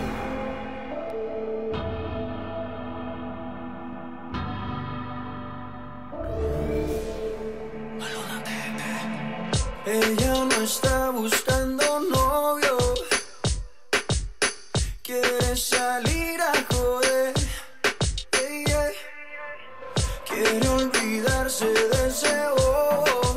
Ella no está buscando novio, quiere salir a joder, yeah, yeah. Quiere olvidarse de ese bobo,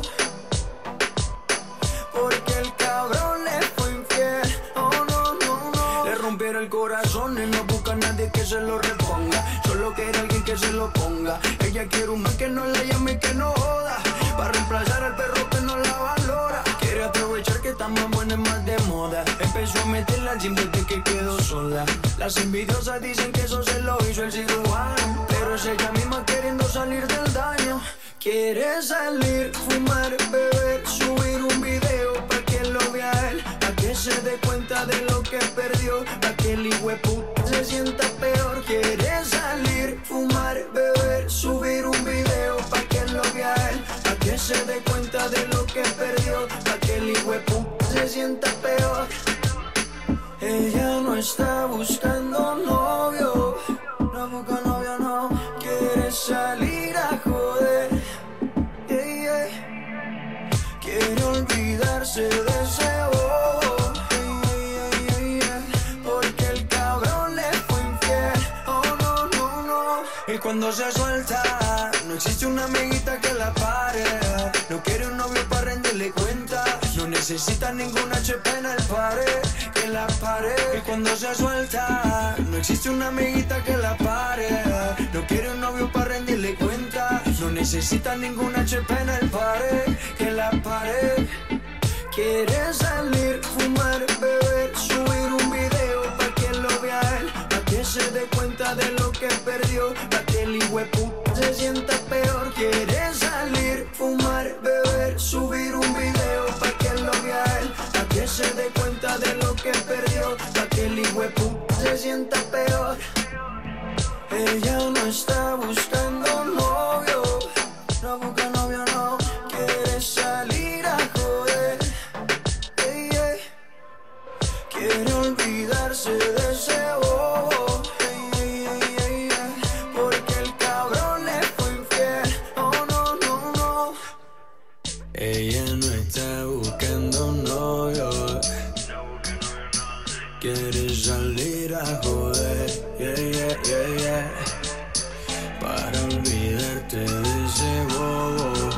porque el cabrón le fue infiel, oh no, no, no. Le rompieron el corazón y no busca a nadie que se lo reponga, solo quiere alguien que se lo ponga. Ella quiere un man que no la llame y que no joda, para reemplazar al perro que no la valora. Quiere aprovechar que está más buena y más de moda. Empezó a meterla al gym desde que quedó sola. Las envidiosas dicen que eso se lo hizo el cirujano, pero es ella misma queriendo salir del daño. Quiere salir, fumar, beber, subir un video pa' que lo vea él, pa' que se dé cuenta de lo que perdió, pa' que el hijueputa se sienta peor. Quiere salir, fumar, beber, subir un video pa' que lo vea él, pa' que se dé cuenta de lo que perdió, pa' que el hijueputa se sienta peor. Ella no está buscando novio, no busca novio, no. Quiere salir a joder, yeah, yeah. Quiere olvidarse de ese bobo, yeah, yeah, yeah, yeah. Porque el cabrón le fue infiel, oh no, no, no. Y cuando se suelta, no existe una amiguita que la pare. No quiere un novio para rendirle cuenta, no necesita ninguna H P en el pared, que la pare. Y cuando se suelta, no existe una amiguita que la pare. No quiere un novio para rendirle cuenta, no necesita ninguna H P en el pared, que la pare. Quiere salir, fumar, beber, subir un video pa' que lo vea él, pa' que se dé cuenta de lo que perdió, pa' que el hijueputa se sienta peor. Quiere salir, fumar, beber, subir un video pa' que lo vea él, pa' que se dé cuenta de lo que perdió, pa' que el hijueputa se sienta peor. Ella no está buscando novio, no busca novio, no. Quiere salir a joder, yeah, yeah. Quiere olvidarse de ese bobo, yeah, yeah, yeah, yeah. Porque el cabrón le fue infiel, oh no, no, no. Ella no está buscando novio, quiere salir a joder, yeah, yeah, yeah, yeah. Para olvidarte de ese bobo,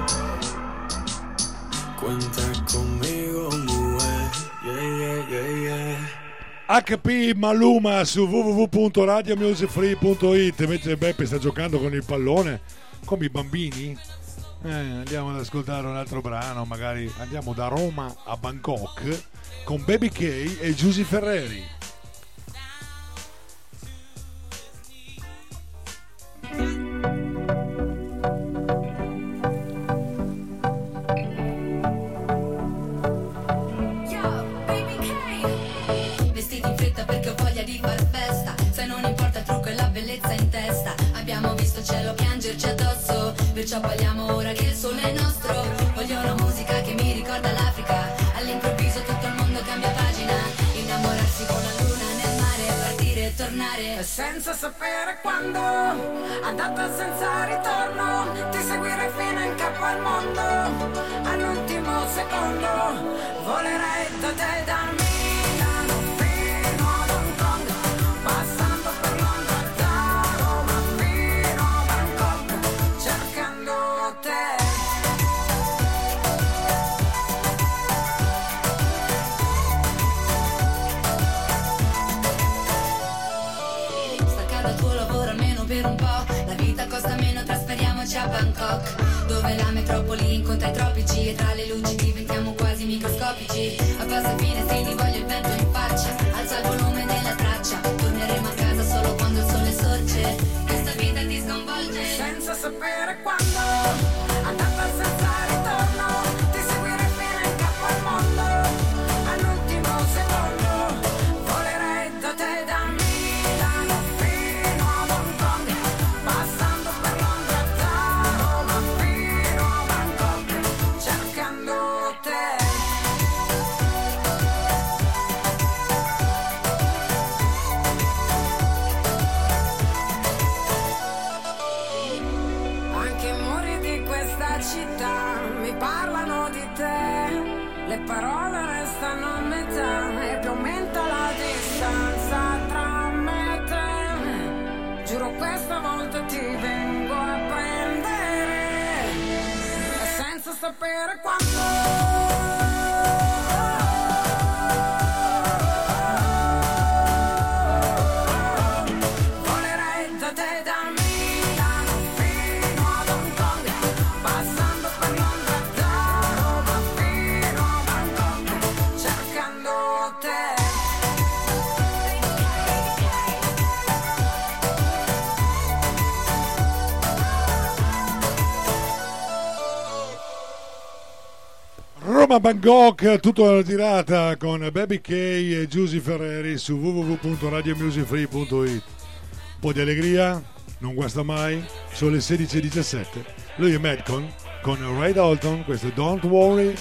cuenta conmigo, mujer, yeah, yeah, yeah, yeah. acca pi Maluma su w w w punto radio music free punto i t. Mentre Beppe sta giocando con il pallone come i bambini, eh, andiamo ad ascoltare un altro brano. Magari andiamo da Roma a Bangkok con Baby K e Giusy Ferreri. Vestiti in fretta perché ho voglia di far festa, se non importa il trucco e la bellezza in testa. Abbiamo visto il cielo piangerci addosso, perciò balliamo ora che il sole è nostro. Voglio una musica che mi ricorda l'Africa, all'improvviso tutto il mondo cambia pagina. Innamorarsi con la luna nel mare, partire e tornare senza sapere quando, andata senza ritorno, ti seguirei fino in capo al mondo, all'ultimo secondo, volerei da te, da Milano fino ad Hong Kong, passando per Londra, da Roma fino a Bangkok, cercando te. al tuo lavoro almeno per un po'. La vita costa meno, trasferiamoci a Bangkok, dove la metropoli incontra i tropici e tra le luci diventiamo quasi microscopici. Abbassa i finestrini, voglio il vento in faccia, alza il volume della traccia, torneremo a casa solo quando il sole sorge. Questa vita ti sconvolge senza sapere quando, andata senza ritorno, ti seguirei fino in capo al mondo, all'ultimo secondo, volerei da te da Milano fino a Hong Kong, passando per Londra da Roma fino a Bangkok, cercando te. Anche i muri di questa città mi parlano di te, le parole restano a metà e più aumenta la distanza tra me e te. Giuro questa volta ti vengo a prendere, e senza sapere quando. Volerei da te da Milano fino ad Hong Kong, passando per Londra da Roma fino a Bangkok, cercando te. Roma Bangkok, tutta la tirata con Baby K e Giusy Ferreri su w w w punto radio music free punto it. Un po' di allegria, non guasta mai, sono le sedici e diciassette. Lui è Madcon con Ray Dalton, questo è Don't Worry.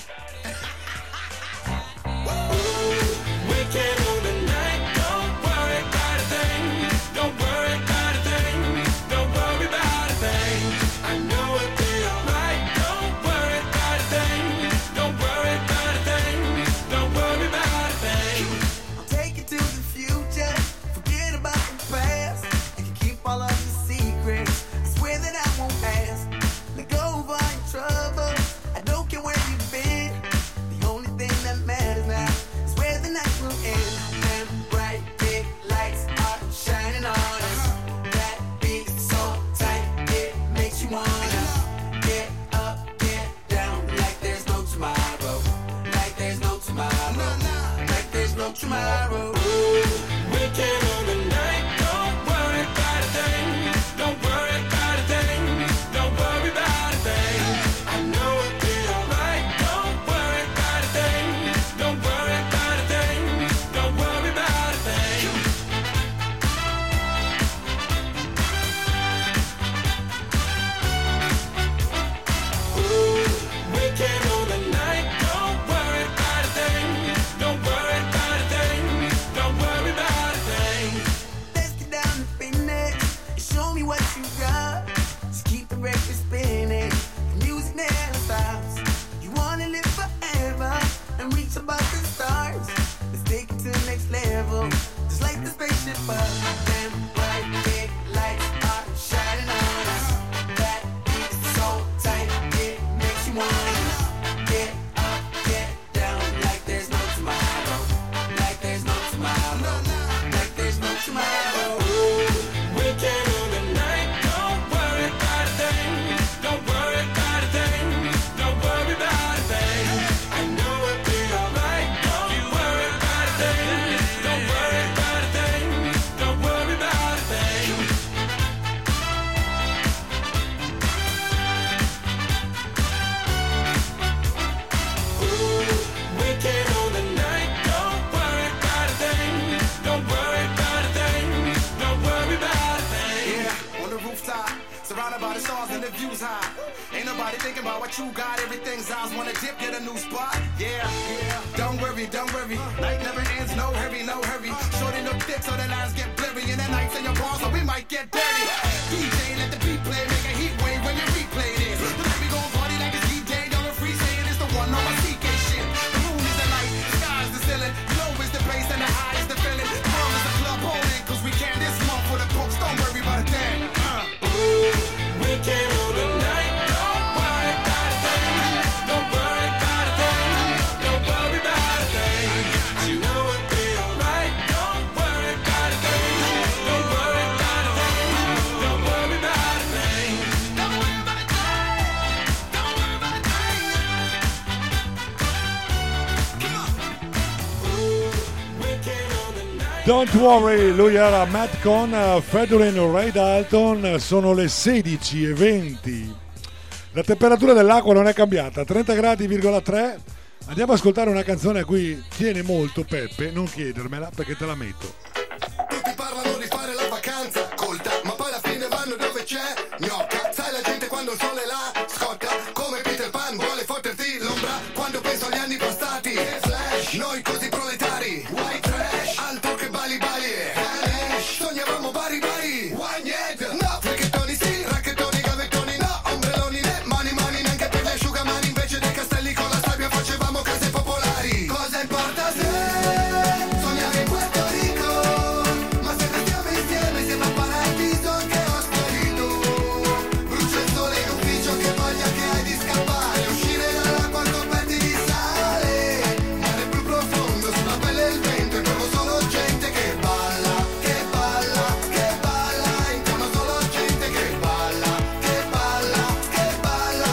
Take it to the future, forget about the past. You can keep all of your secrets, I swear that I won't ask. Let go of all your trouble, I don't care where you've been. The only thing that matters now is where the night will end. And bright big lights are shining on us. That beat so tight, it makes you wanna get up, get down, like there's no tomorrow. Like there's no tomorrow. Like there's no tomorrow. We can own the night, don't worry about a thing. Don't worry about a thing. Don't worry about a thing. I know it'll be alright. Don't worry about a thing. Don't worry about a thing. Don't worry about a thing. We can own the night, don't worry about a thing. Don't worry about a thing. Don't worry about a thing. Let's get down to business and show me what you got. Just keep the record spinning, the music never stops. You wanna live forever and reach above the stars. Let's take it to the next level, just like the spaceship up. Them bright big lights are shining on us. That beat is so tight, it makes you wanna get up, get down, like there's no tomorrow. Like there's no tomorrow. Like there's no tomorrow. We can own the night, don't worry about a thing. Don't worry about a thing. Don't worry about a thing. I know it'll be alright. Don't worry about a thing. Don't worry about a thing. Don't worry about a thing. We can own the night, don't worry about a thing. Don't worry about a thing. Don't worry about a thing. Yeah, on the rooftop, surrounded by the stars and the views high. Ain't nobody thinking about what you got. Everything's ours. Wanna dip, get a new spot. Yeah, yeah. Don't worry, don't worry. Night never ends. No hurry, no hurry. Shorty look thick, so the lines get blurry. And the nights in your bars, so we might get dirty. D J, let the beat play, make a heat wave when you replay this. The night we gon' party like it's D-Day. Y'all are free saying it's the one on my C K shit. The moon is the light, the sky's the ceiling. Low is the bass and the high is the feeling. The world is the club holding, cause we can this month for the books. Don't worry about a thing. Uh. We can own the night, don't worry about a thing. Don't worry about a thing. Don't worry about a thing. I know it'll be alright. Don't worry about a thing. Don't worry, lui era Matt con uh, Federer Ray Dalton. Sono le sedici e venti. La temperatura dell'acqua non è cambiata, trenta gradi virgola tre. Andiamo ad ascoltare una canzone a cui tiene molto Peppe, non chiedermela perché te la metto. Tutti parlano di fare la vacanza colta, ma poi alla fine vanno dove c'è gnocca. Sai la gente quando il sole la scotta, come Peter Pan vuole fotterti l'ombra quando penso agli anni passati. Flash, noi così proletari, white trash, altro che bali bali e Ganesh. Sognavamo bari bari, why niente? No, fricchettoni sì, racchettoni, gavettoni no, ombrelloni né, mani mani neanche per le asciugamani. Invece dei castelli con la sabbia facevamo case popolari. Cosa importa se sognavi in Puerto Rico? Ma se restiamo insieme siamo a paradiso anche ospedito. Brucia il sole in ufficio, che voglia che hai di scappare, uscire dall'acqua coperti di sale. Mare più profondo, sulla pelle il vento, intorno solo gente che balla, che balla, che balla. Intorno solo gente che balla, che balla, che balla.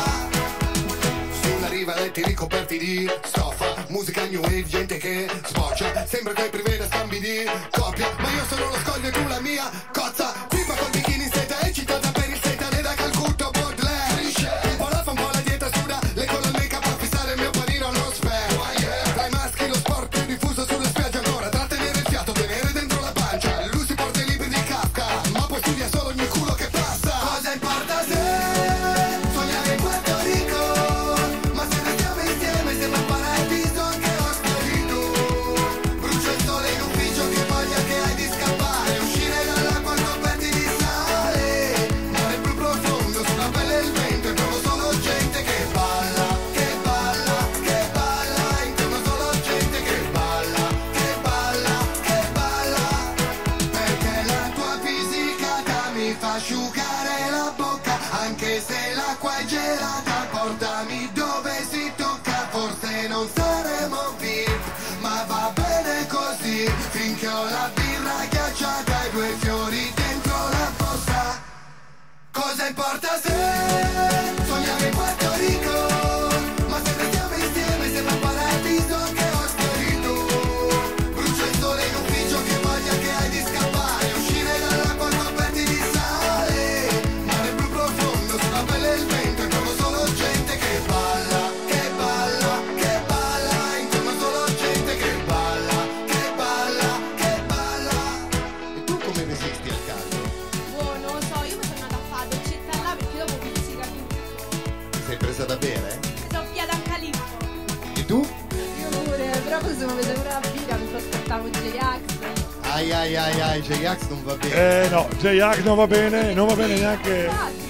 Sulla riva letti ricoperti di stoffa, musica new wave, gente che sboccia. Sembra che preveda scambi di coppia, ma io sono lo scoglio e tu la mia cozza. Pipa col bikini in seta, eccitata per il seta, ne da Calcutta o Baudelaire. Un po' la fa, un po' la dieta suda, le con il make up a fissare il mio panino allo sfera. Tra i maschi lo sport più diffuso sulle spiagge ancora, trattenere il fiato, tenere dentro la pancia. Lui si porta i libri di Kafka, ma poi studia solo ogni culo che passa. Cosa importa se sognavi in Puerto Rico? Ma se restiamo insieme siamo a paradiso anche ospedito. Brucia il sole in ufficio, che voglia che hai di scappare, uscire dall'acqua coperti di sale. Mare più profondo, sulla pelle il vento, intorno solo gente che balla, che balla, che balla. Intorno solo gente che balla, che balla, che balla. Perché la tua fisicata mi fa asciugare la bocca, anche se l'acqua è gelata. Portami dove si tocca, forse non saremo V I P, ma va bene così, finché ho la birra ghiacciata e due fiori dentro la borsa. Cosa importa se sognavi in Puerto Rico? Ma se restiamo insieme siamo a paradiso anche ospedito. Brucia il sole in ufficio, che voglia che hai di scappare, uscire dall'acqua coperti di sale. Mare più profondo, sulla pelle il vento, intorno solo gente che balla, che balla, che balla. Intorno solo gente che balla, che balla, che balla. E tu come ne senti al caldo? Boh, non lo so, io mi sono andata a fare dolcetta là perché dopo mi si capisce. Ti sei presa da bere? Mi sono via da Calippo. E tu? Io pure, però poi se mi vedo pure la birra mi aspettavo J-Ax. Ai ai ai ai, J-Ax non va bene. Eh no, J-Ax non va bene, non va bene neanche.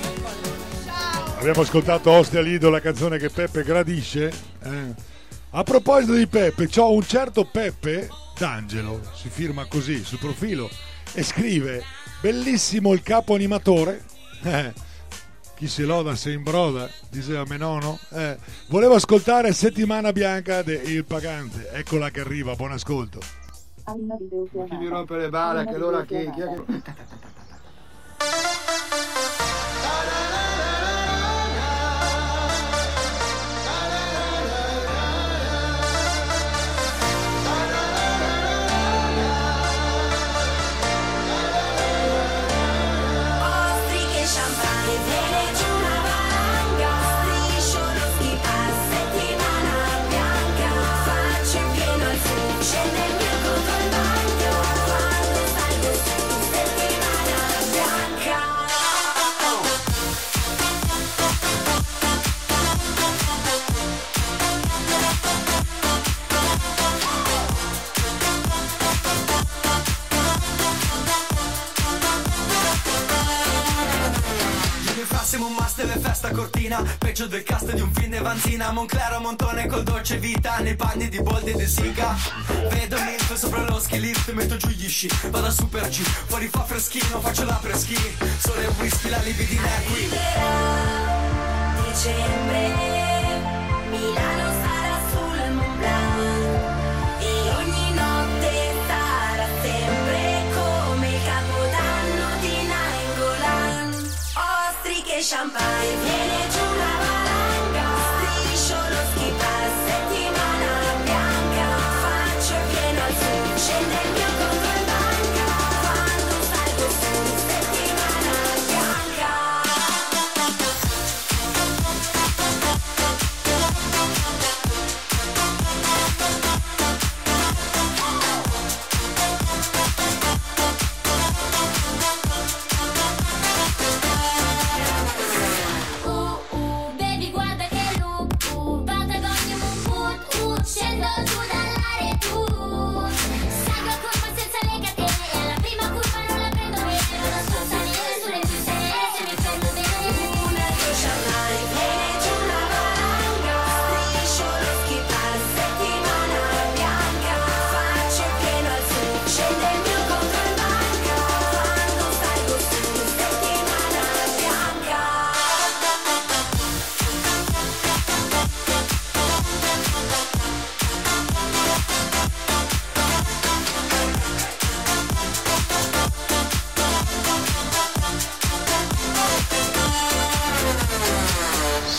Abbiamo ascoltato Ostia Lido, la canzone che Peppe gradisce. eh. A proposito di Peppe, c'ho un certo Peppe D'Angelo, si firma così sul profilo e scrive: bellissimo il capo animatore. Eh, chi si loda se imbroda, diceva Menono. Eh, volevo ascoltare Settimana Bianca de Il Pagante. Eccola che arriva, buon ascolto. Chi mi rompe le balle, che l'ora che... chi è che... Ostriche e champagne, viene giù una valanga, striscio lo ski pass, settimana bianca, faccio in pieno al su, scende il mio conto al bagno, quando salgo su, settimana bianca. Siamo un must delle festa cortina, peggio del cast di un film di Vanzina. Monclero Montone col dolce vita, nei panni di Boldi e De Siga. Vedo milf sopra lo ski lift, metto giù gli sci, vado a super G, fuori fa freschino, faccio la preschi. Sole e whisky, la libidina è qui. Dicembre, Milano sarà sul Mont Blanc e ogni notte sarà sempre come il capodanno di Nainggolan. Ostriche e champagne, viene giù una valanga, striscio lo ski pass, settimana bianca, faccio pieno al su, scende il mio conto al bagno.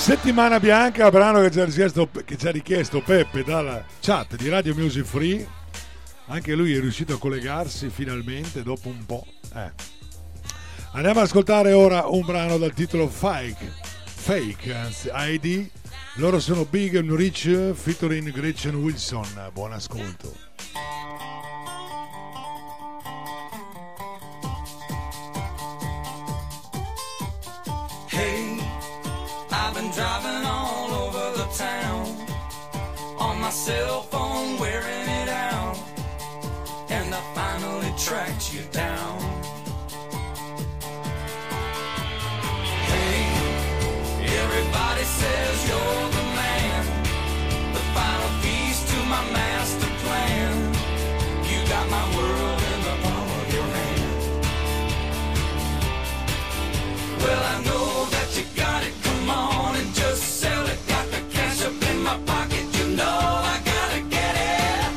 Settimana bianca, brano che ci ha richiesto, che ci ha richiesto Peppe dalla chat di Radio Music Free. Anche lui è riuscito a collegarsi finalmente dopo un po'. Eh. Andiamo ad ascoltare ora un brano dal titolo Fake, Fake, anzi I D. Loro sono Big and Rich featuring Gretchen Wilson. Buon ascolto. Hey, I've been driving all over the town on my cell phone, wearing it out, and I finally tracked you down. Hey, everybody says you're the man, the final piece to my master plan. You got my world in the palm of your hand. Well, I know that you got it, come on and just sell it. Got the cash up in my pocket, you know I gotta get it.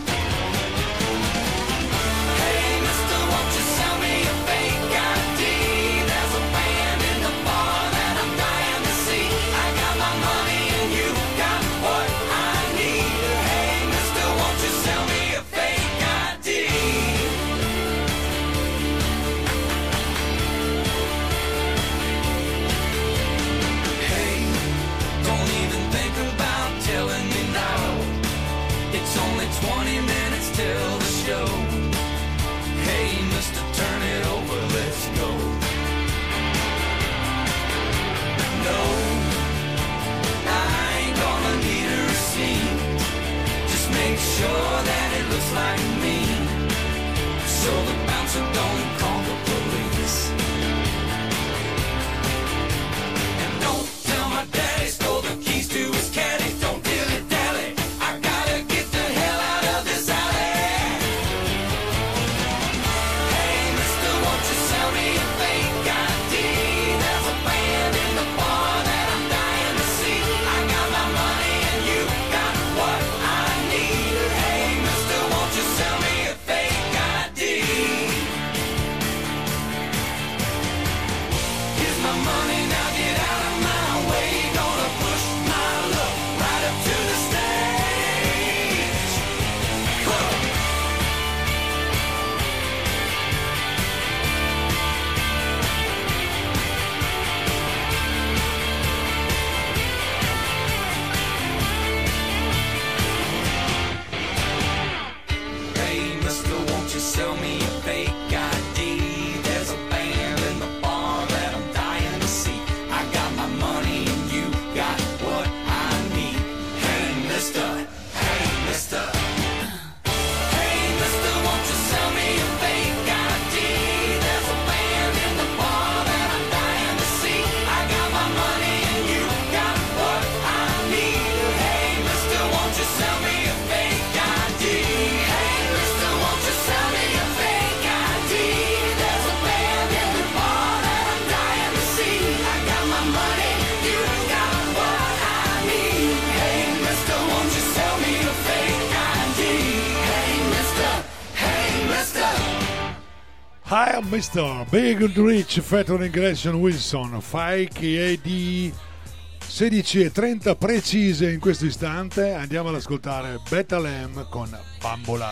Hey, mister, won't you sell me a fake I D? There's a band in the bar that I'm dying to see. I got my money and you got what I need. Hey, mister, won't you sell me a fake I D? Don't even think about telling me now. It's only twenty minutes till the show. Hey, mister, turn it over, let's go. No, I ain't gonna need a receipt. Just make sure that it looks like me, so the bouncer don't call the police. And don't tell my daddy stole the keys to his caddy. Don't dilly dally. I gotta get the hell out of this alley. Hey, mister, won't you sell me a fake I D? There's a band in the bar that I'm dying to see. I got my money and you got what I need. Hey, mister, won't you sell me a fake I D? Here's my money, now get out of my way. Gonna push my luck right up to the stage. Whoa. Hey, mister, won't you sell me a fake I D? There's a band in the bar that I'm dying to see. I got my money and you got what I need. Hey, mister, hey, mister. Hey, mister, won't you sell me a fake I D? There's a band in the bar that I'm dying to see. I got my money and you got what I need. Hey, mister, won't you sell me a fake I D? Hey, mister, won't you sell me a fake I D? There's a band in the bar that I'm dying to see. I got my money, you got what I need. Hey, mister, won't you sell me a fake I D? Hey, mister, hey, mister. Hi, mister Big and Rich featuring Gretchen Wilson. Fake I D. sedici e trenta precise in questo istante. Andiamo ad ascoltare Bethlehem con Bambola.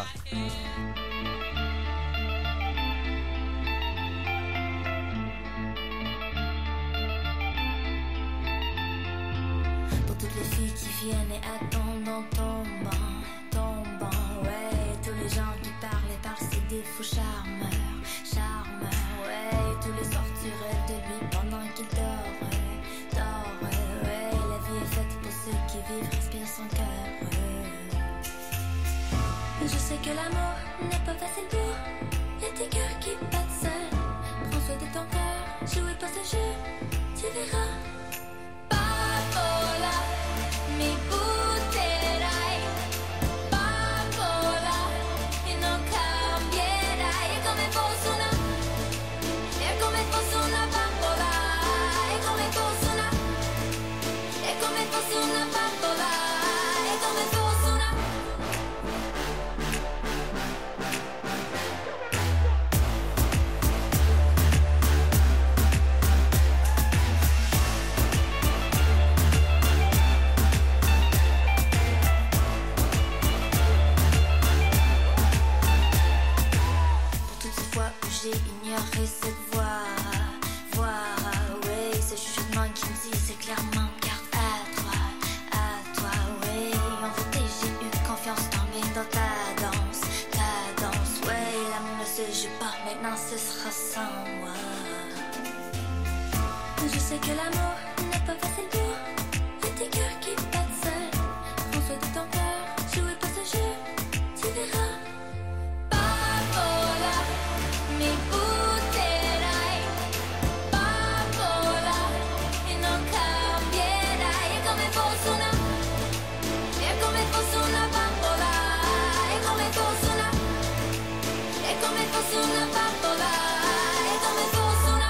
Pour toutes les filles qui viennent et attendent en tombant, tombant, ouais. Tous les gens qui parlent et parlent, c'est des faux charmeurs, charmeurs, ouais. Tous les sorts tu rêves de lui pendant qu'il dort, ouais, dort, ouais, ouais. La vie est faite pour ceux qui vivent, respirent son cœur, ouais. Je sais que l'amour n'est pas facile pour les petits cœurs qui battent seuls. Prends soin de ton cœur, jouez pas ce jeu, tu verras. Bambola, mi butterai, bambola, e non cambierai. È come fosse una, è come fosse una bambola, è come fosse una, è come fosse una bambola, è come fosse una. cette voix, voix, oui, ce chuchotement qui me dit c'est clairement garde à toi, à toi, oui. En vérité j'ai eu confiance tombée dans ta danse, ta danse, oui. L'amour ne se joue pas, maintenant ce sera sans moi. Je sais que l'amour n'est pas facile pour les tes cœurs qui battent seuls. Prends soin de ton cœur, jouez pas ce jeu, tu verras. Bambola, mi butterai. Bambola, e non cambierai. È come fosse una, è come fosse una bambola. È come fosse una, è come fosse una bambola. È come fosse una.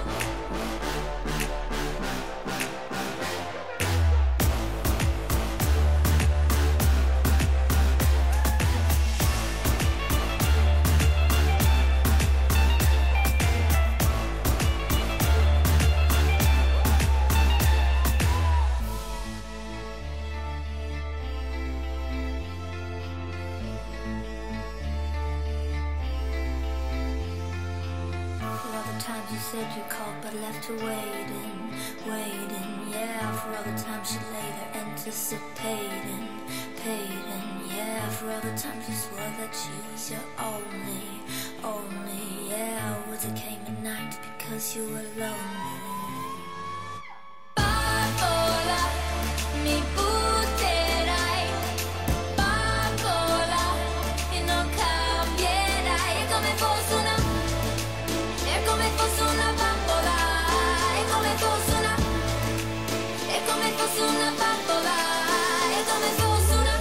Times you said you called but left her waiting, waiting, yeah. For all the times she lay there anticipating, pating, yeah. For all the times you swore that she was your only, only, yeah. Words that came at night because you were lonely. Bambola, mi butterai. Bambola, e non cambierai. È come fosse una, è come fosse una bambola, è come fosse una, è come fosse una bambola, è come fosse una.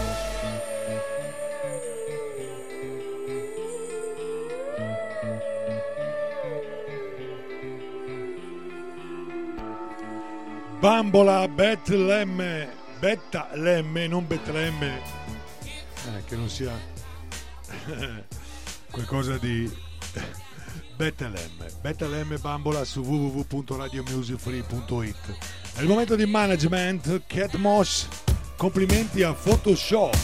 Bambola, Betlemme, Betlemme, non Betlemme, eh, che non sia qualcosa di Betlemme. Betlemme Bambola su w w w punto radio music free punto it. È il momento di management. Cat Moss, complimenti a Photoshop.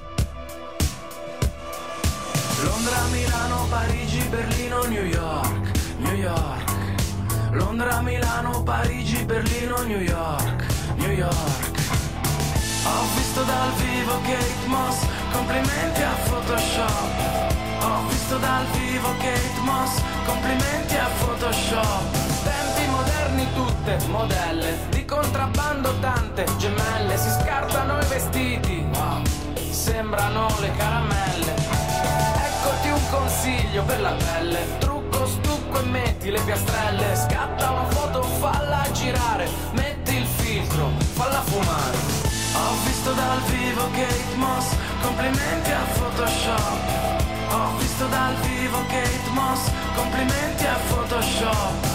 Londra, Milano, Parigi, Berlino, New York, New York. Londra, Milano, Parigi, Berlino, New York, New York. Ho visto dal vivo Kate Moss, complimenti a Photoshop. Ho visto dal vivo Kate Moss, complimenti a Photoshop. Tempi moderni tutte, modelle, di contrabbando tante, gemelle, si scartano i vestiti, wow, sembrano le caramelle. Eccoti un consiglio per la pelle, trucco, stucco e metti le piastrelle. Scatta una foto, falla girare, metti il filtro, falla fumare. Ho visto dal vivo Kate Moss, complimenti a Photoshop. Ho visto dal vivo Kate Moss, complimenti a Photoshop.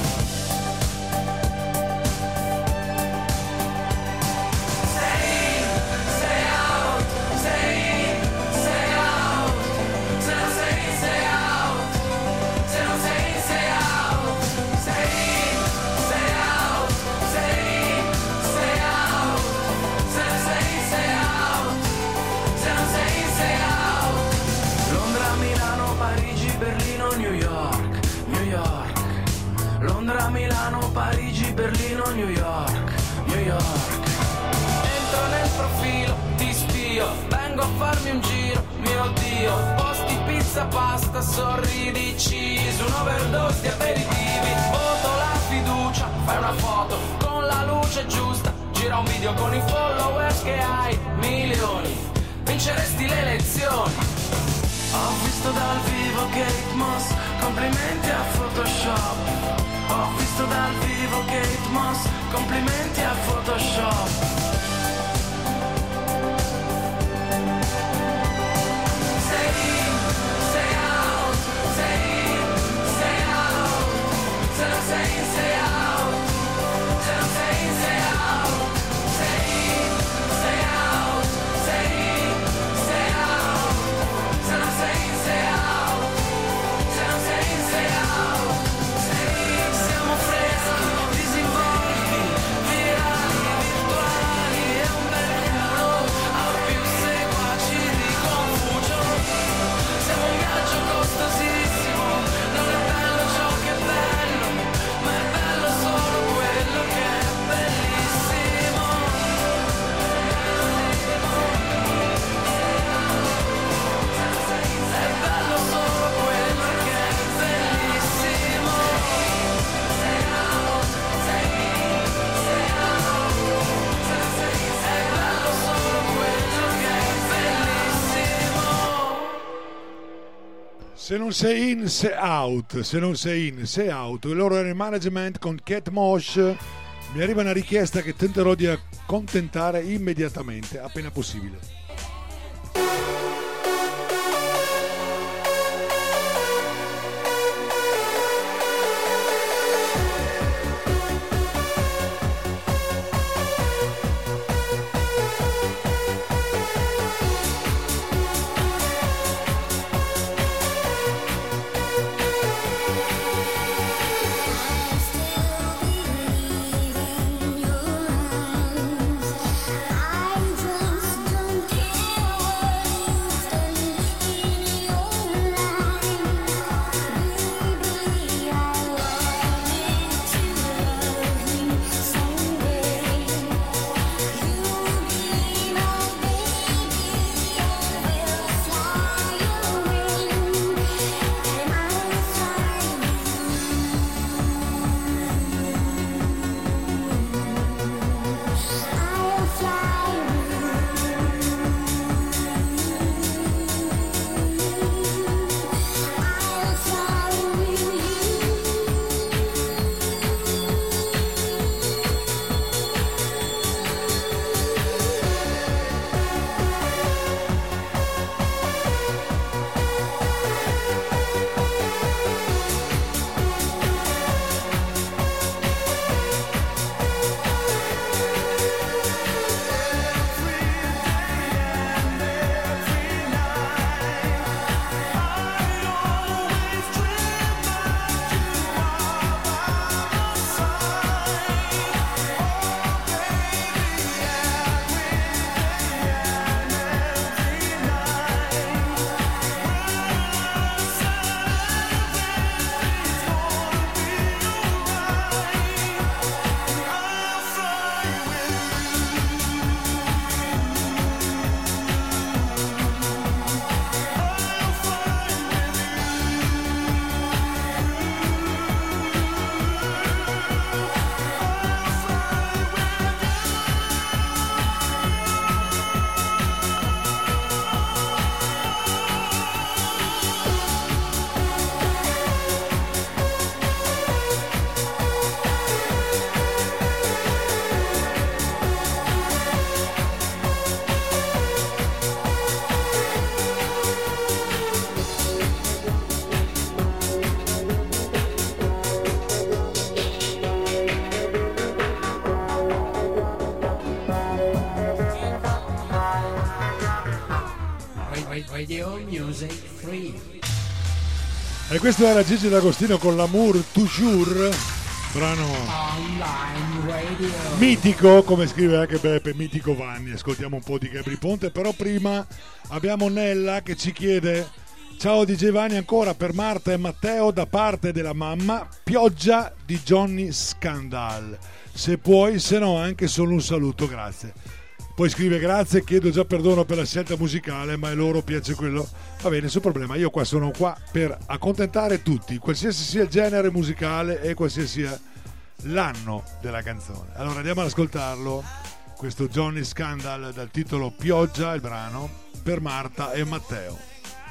Londra, Milano, Parigi, Berlino, New York, New York. Entro nel profilo, ti spio, vengo a farmi un giro, mio Dio. Posti pizza, pasta, sorridi, cheese, un'overdose di aperitivi. Voto la fiducia, fai una foto con la luce giusta. Gira un video con i followers che hai, milioni, vinceresti le elezioni. Ho visto dal vivo Kate Moss, complimenti a Photoshop. Ho visto dal vivo Kate Moss, complimenti a Photoshop. Siamo freschi, disinvolti, virali, virtuali. Se non sei in, sei out, se non sei in, sei out. Il loro era il management con Cat Mosh. Mi arriva una richiesta che tenterò di accontentare immediatamente, appena possibile. Radio Music Free. E questo era Gigi D'Agostino con L'amour toujours, brano Online Radio. mitico, come scrive anche Beppe, mitico Vanni. Ascoltiamo un po' di Gabri Ponte, però prima abbiamo Nella che ci chiede: ciao D J Vanni, ancora per Marta e Matteo da parte della mamma, pioggia di Johnny Scandal, se puoi, se no anche solo un saluto, grazie. Poi scrive: grazie, chiedo già perdono per la scelta musicale, ma a loro piace quello. Va bene, nessun problema, io qua sono qua per accontentare tutti, qualsiasi sia il genere musicale e qualsiasi sia l'anno della canzone. Allora andiamo ad ascoltarlo, questo Johnny Scandal dal titolo Pioggia, il brano per Marta e Matteo.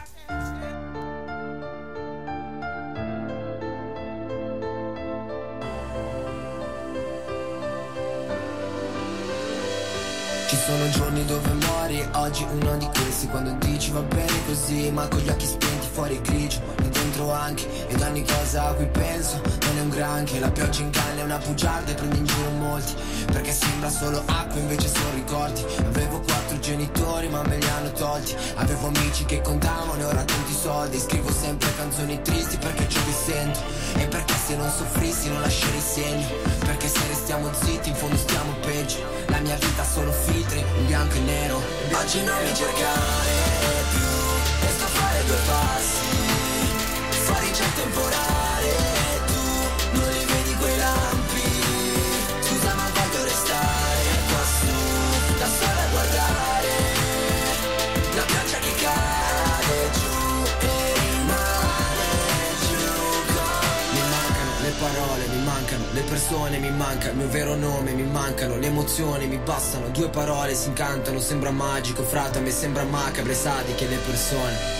Ci sono giorni dove muori, oggi uno di questi, quando dici va bene così, ma con gli occhi spenti fuori è grigio, e dentro anche, ed ogni cosa a cui penso non è un granché, la pioggia in canna è una bugiarda e prende in giro molti, perché sembra solo acqua invece sono ricordi, avevo quattro genitori ma me li hanno tolti, avevo amici che contavano e ora tanti soldi, scrivo sempre canzoni tristi perché ciò che sento, e perché se non soffrissi non lascerei segno, perché se restiamo zitti in fondo stiamo peggio, la mia vita solo filtri, in bianco e nero. Oggi non mi cercare più, resto a fare due passi, fuori c'è il temporale, tu non li vedi quei lampi, scusa ma voglio restare qua su, da sola a guardare, la pioggia che cade giù e rimane giù con... Mi mancano le parole, mi mancano le persone, mi manca il mio vero nome, mi mancano le emozioni, mi bastano due parole, si incantano, sembra magico, frate, a me sembra macabre, sadiche le persone. E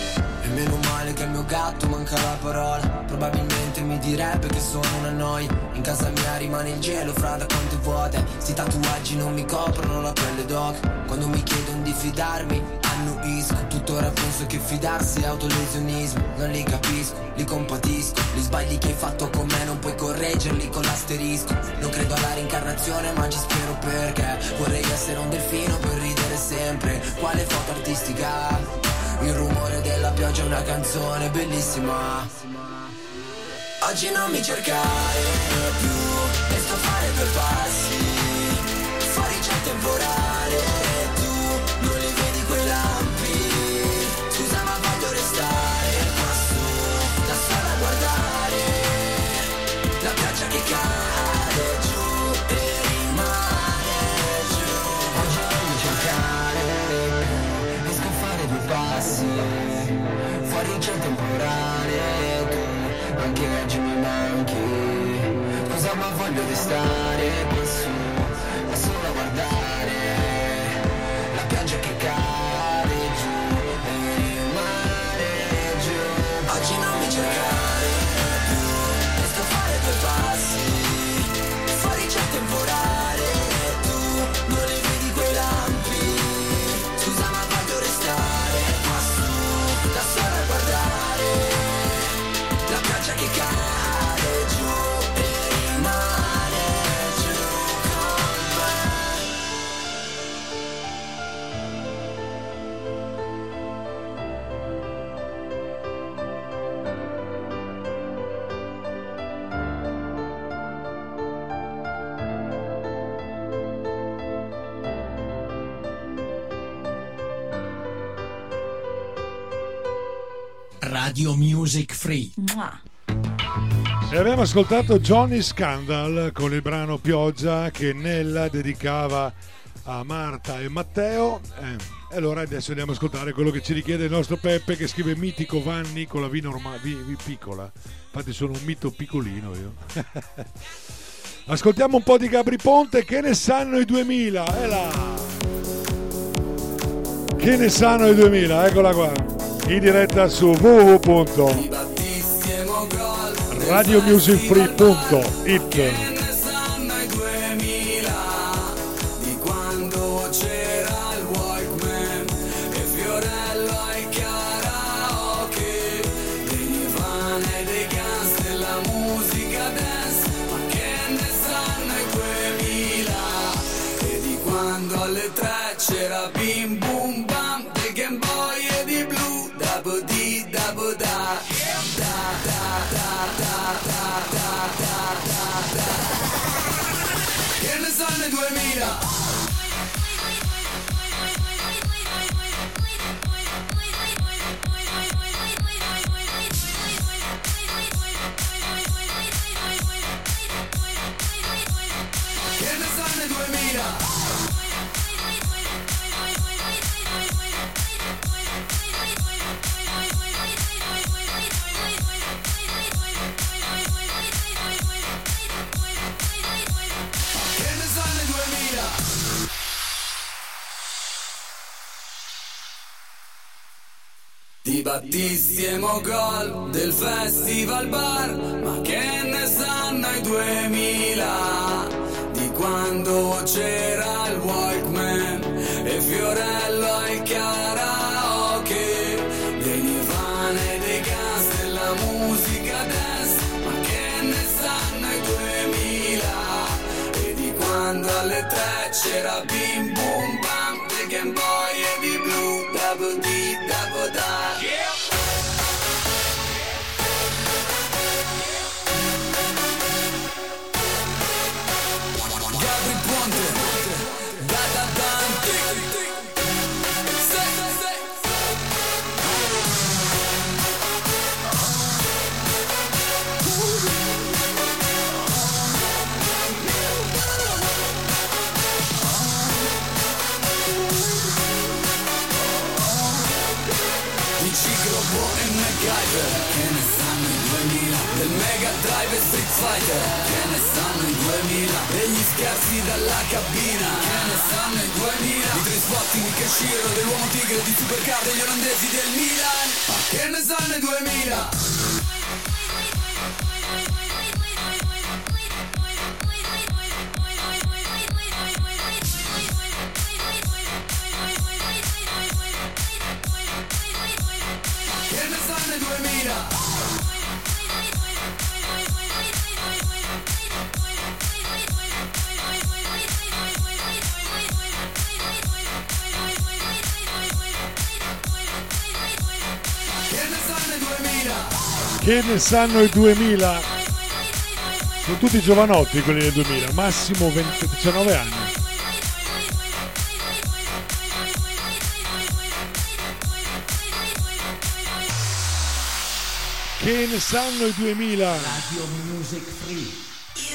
meno male che il mio gatto manca la parola. Probabilmente mi direbbe che sono una noia. In casa mia rimane il gelo fra da quante vuote. Sti tatuaggi non mi coprono la pelle d'oca. Quando mi chiedono di fidarmi annuisco. Tuttora penso che fidarsi è autolesionismo. Non li capisco, li compatisco. Gli sbagli che hai fatto con me non puoi correggerli con l'asterisco. Non credo alla reincarnazione ma ci spero perché vorrei essere un delfino per ridere sempre. Quale foto artistica? Il rumore della pioggia è una canzone bellissima. Oggi non mi cercare più, esco a fare due passi. Fuori c'è il temporale, tu non li vedi quei lampi. Scusa ma voglio restare qua su, da sola a guardare la pioggia che cade giù e rimane giù. Oggi non mi cercare più, esco a fare due passi. Fuori c'è il temporale, tu anche oggi mi manchi. Scusa ma voglio restare qua su, da solo a guardare la pioggia che cade giù e rimane giù. Oggi non mi cercare più, esco a fare due passi. Fuori c'è il temporale, tu non li vedi quei lampi. Scusa ma voglio restare qua su, da solo a guardare la pioggia che cade giù e rimane giù con me. Radio Music Free. E abbiamo ascoltato Johnny Scandal con il brano Pioggia che Nella dedicava a Marta e Matteo. Eh, e allora adesso andiamo a ascoltare quello che ci richiede il nostro Peppe, che scrive Mitico Vanni con la V norma- V, V piccola. Infatti sono un mito piccolino io. Ascoltiamo un po' di Gabri Ponte. Che ne sanno i duemila? E là. Che ne sanno i duemila? Eccola qua. In diretta su w w w punto radio music free punto it. Di quando c'era il Walkman e Fiorello ai karaoke, dei Nirvana e dei Guns, della musica dance, ma che ne sanno i duemila? E di quando alle tre c'era Bim Bum Bam dei Game Boy e di Blue, Dabo Di Dabo Da, da da da da da da da da da. Che ne sanno i duemila? Che ne sanno i duemila? Di Battisti e Mogol del Festival Bar, ma che ne sanno i duemila? Di quando c'era il Walkman e Fiorello al karaoke, dei Nirvana e dei Guns, della musica dance, ma che ne sanno i duemila? E di quando alle tre c'era Bim Bum Bam dei Game Boy e di Blue, Double D, Double Da. fighter. Che ne sanno i duemila degli scherzi dalla cabina? Che ne sanno i duemila di Trainspotting, che Shiro, dell'uomo tigre, di Supercar, degli olandesi del Milan? Ma che ne sanno i duemila? Che ne sanno i duemila? Che ne sanno i duemila? Sono tutti giovanotti quelli del duemila, massimo venti, diciannove anni. Che ne sanno i duemila? Radio Music Free.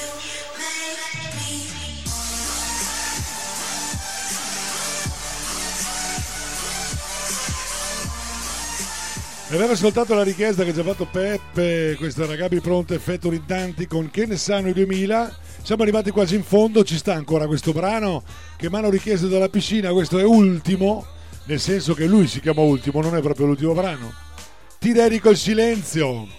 E aveva ascoltato la richiesta che ci ha fatto Peppe, questa ragazzi pronta effetto rintanti con Che ne sanno i duemila. Siamo arrivati quasi in fondo, ci sta ancora questo brano che mi hanno richiesto dalla piscina. Questo è Ultimo, nel senso che lui si chiama Ultimo, non è proprio l'ultimo brano. Ti dedico il silenzio.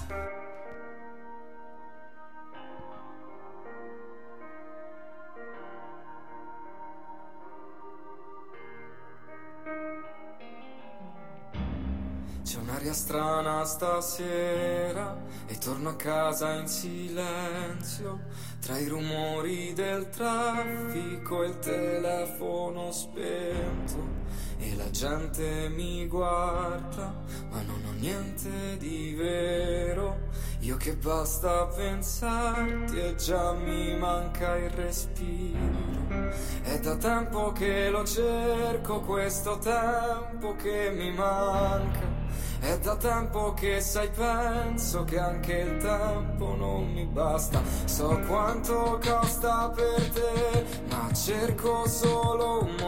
C'è un'aria strana stasera e torno a casa in silenzio, tra i rumori del traffico e il telefono spento, e la gente mi guarda ma non ho niente di vero. Io che basta pensarti e già mi manca il respiro. È da tempo che lo cerco, questo tempo che mi manca. È da tempo che sai, penso che anche il tempo non mi basta. So quanto costa per te, ma cerco solo un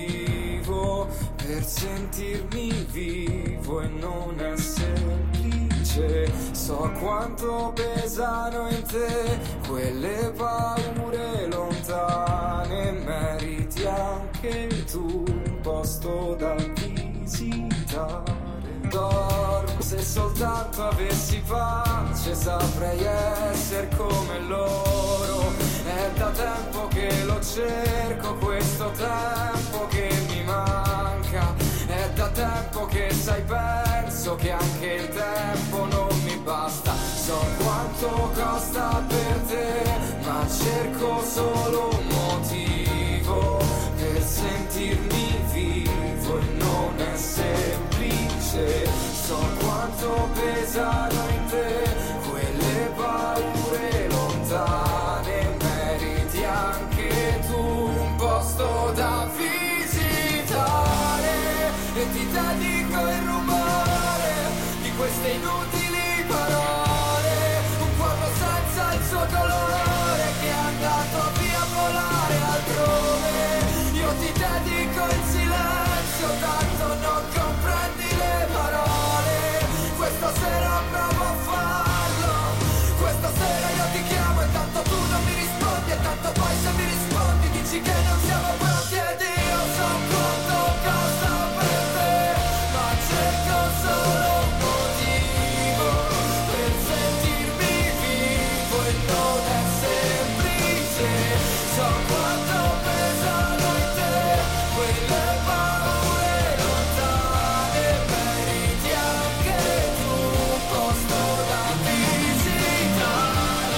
motivo per sentirmi vivo e non è semplice. So quanto pesano in te quelle paure lontane, meriti anche tu un posto da visitare. Dormo, se soltanto avessi pace saprei essere come loro. È da tempo che lo cerco, questo tempo che mi manca. È da tempo che sai, penso che anche il tempo non mi basta. So quanto costa per te, ma cerco solo un motivo per sentirmi vivo e non è semplice. So quanto pesano in te quelle paure lontane, meriti anche tu un posto da visitare. E ti dedico il rumore di queste inutili parole, un cuore senza il suo colore che è andato via a volare altrove. Io ti dedico il silenzio, tanto non comprendi le parole. Questa sera provo a farlo, questa sera io ti chiamo e tanto tu non mi rispondi, e tanto poi se mi rispondi dici che non siamo pronti. Ed io so quanto costa per te, ma cerco solo un motivo per sentirmi vivo e non è semplice. So quanto pesano in te quelle paure lontane, meriti anche tu un posto da visitare.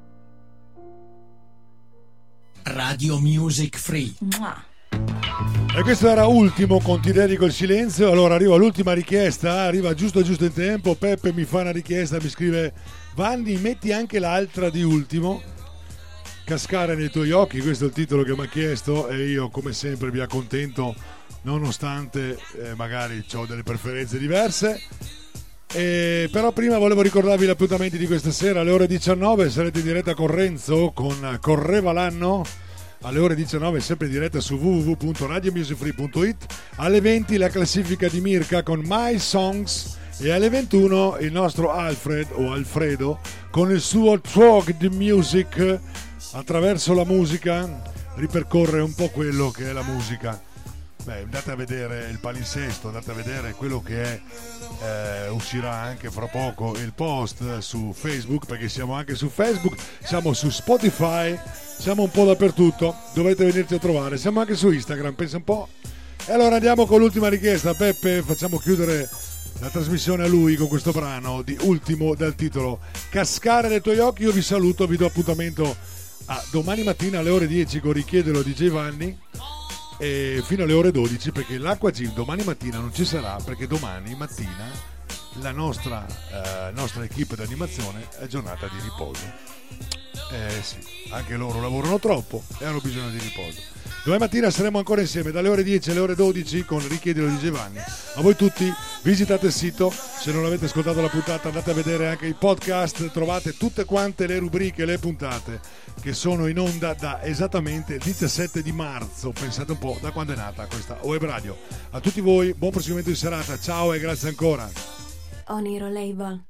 Radio Music Free. Mua. E questo era Ultimo con Ti dedico il silenzio. Allora arriva l'ultima richiesta, arriva giusto giusto in tempo. Peppe mi fa una richiesta, mi scrive: Vanni, metti anche l'altra di Ultimo, Cascare nei tuoi occhi. Questo è il titolo che mi ha chiesto e io come sempre vi accontento, nonostante eh, magari ho delle preferenze diverse. E però prima volevo ricordarvi gli appuntamenti di questa sera. Alle ore diciannove sarete in diretta con Renzo con Correva l'anno. Alle ore diciannove sempre in diretta su w w w punto radio music free punto it. Alle venti la classifica di Mirka con My Songs. E alle ventuno il nostro Alfred o Alfredo con il suo Talk the Music. Attraverso la musica ripercorre un po' quello che è la musica. Beh, andate a vedere il palinsesto, andate a vedere quello che è, eh, uscirà anche fra poco il post su Facebook, perché siamo anche su Facebook, siamo su Spotify, siamo un po' dappertutto, dovete venirci a trovare, siamo anche su Instagram, pensa un po'. E allora andiamo con l'ultima richiesta. Peppe, facciamo chiudere la trasmissione a lui con questo brano di Ultimo dal titolo Cascare nei tuoi occhi. Io vi saluto, vi do appuntamento a domani mattina alle ore dieci con Richiedelo di D J Vanni e fino alle ore dodici, perché l'Acqua Gym domani mattina non ci sarà, perché domani mattina la nostra, eh, nostra equipe d'animazione è giornata di riposo. Eh sì, anche loro lavorano troppo e hanno bisogno di riposo. Domani mattina saremo ancora insieme dalle ore dieci alle ore dodici con Richiedelo di Giovanni. A voi tutti, visitate il sito, se non avete ascoltato la puntata andate a vedere anche i podcast, trovate tutte quante le rubriche, le puntate che sono in onda da esattamente il diciassette di marzo, pensate un po' da quando è nata questa web radio. A tutti voi, buon proseguimento di serata, ciao e grazie ancora. Oniro Label.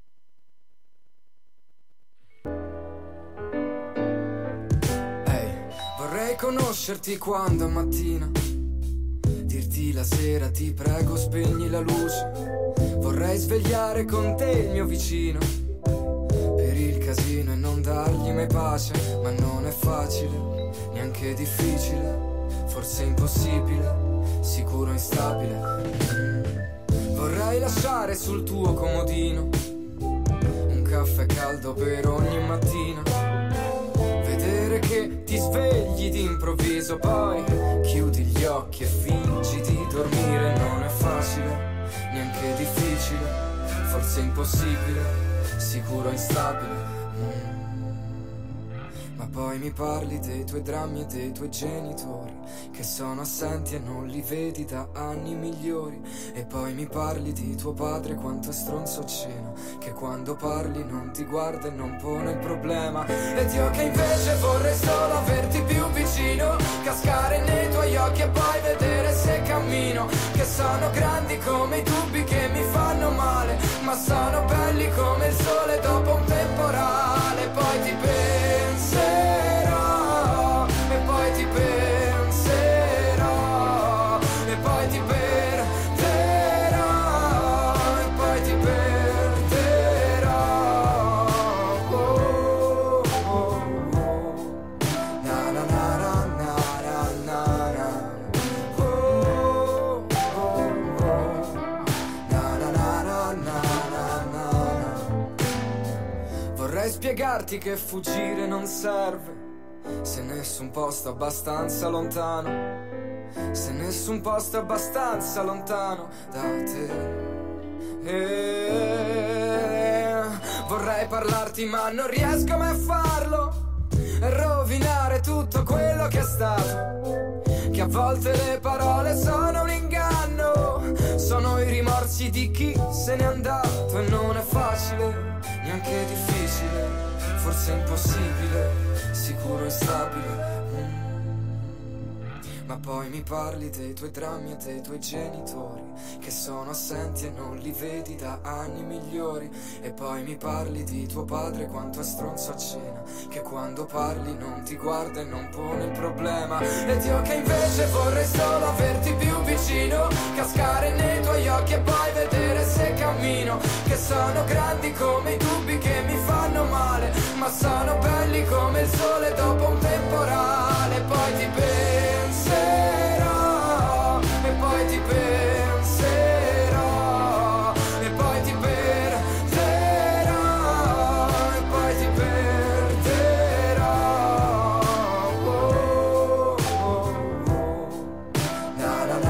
Vorrei conoscerti quando è mattina, dirti la sera ti prego spegni la luce. Vorrei svegliare con te il mio vicino per il casino e non dargli mai pace, ma non è facile, neanche difficile, forse impossibile, sicuro instabile. Mm. Vorrei lasciare sul tuo comodino un caffè caldo per ogni mattina, vedere che ti svegli d'improvviso, poi chiudi gli occhi e fingi di dormire. Non è facile, neanche difficile, forse impossibile, sicuro instabile. Mm. Ma poi mi parli dei tuoi drammi e dei tuoi genitori che sono assenti e non li vedi da anni migliori. E poi mi parli di tuo padre quanto è stronzo a cena, che quando parli non ti guarda e non pone il problema. Ed io che invece vorrei solo averti più vicino, cascare nei tuoi occhi e poi vedere se cammino, che sono grandi come i dubbi che mi fanno male, ma sono belli come il sole dopo un temporale. Poi ti penserò e poi ti penserò e poi ti perderò e poi ti perderò. Oh, oh, oh. Na na na na na na na. Oh, oh, oh. Na na na na na na. Vorrei spiegarti che fuggire non serve se nessun posto abbastanza lontano, se nessun posto abbastanza lontano da te. E vorrei parlarti ma non riesco mai a farlo, e rovinare tutto quello che è stato, che a volte le parole sono un inganno, sono i rimorsi di chi se n'è andato. E non è facile, neanche difficile, forse impossibile, sicuro instabile. Mm. Ma poi mi parli dei tuoi drammi e dei tuoi genitori che sono assenti e non li vedi da anni migliori. E poi mi parli di tuo padre quanto è stronzo a cena, che quando parli non ti guarda e non pone il problema. Ed io che invece vorrei solo averti più vicino, cascare nei tuoi occhi e poi vedere se cammino, che sono grandi come i dubbi che mi fanno male, ma sono belli come il sole dopo un temporale. Poi ti penserò e poi ti penserò e poi ti perderò e poi ti perderò. Oh, oh, oh. Na na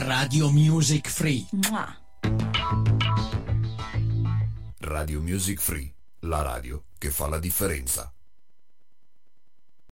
Radio Music Free. Mua. Radio Music Free, la radio che fa la differenza.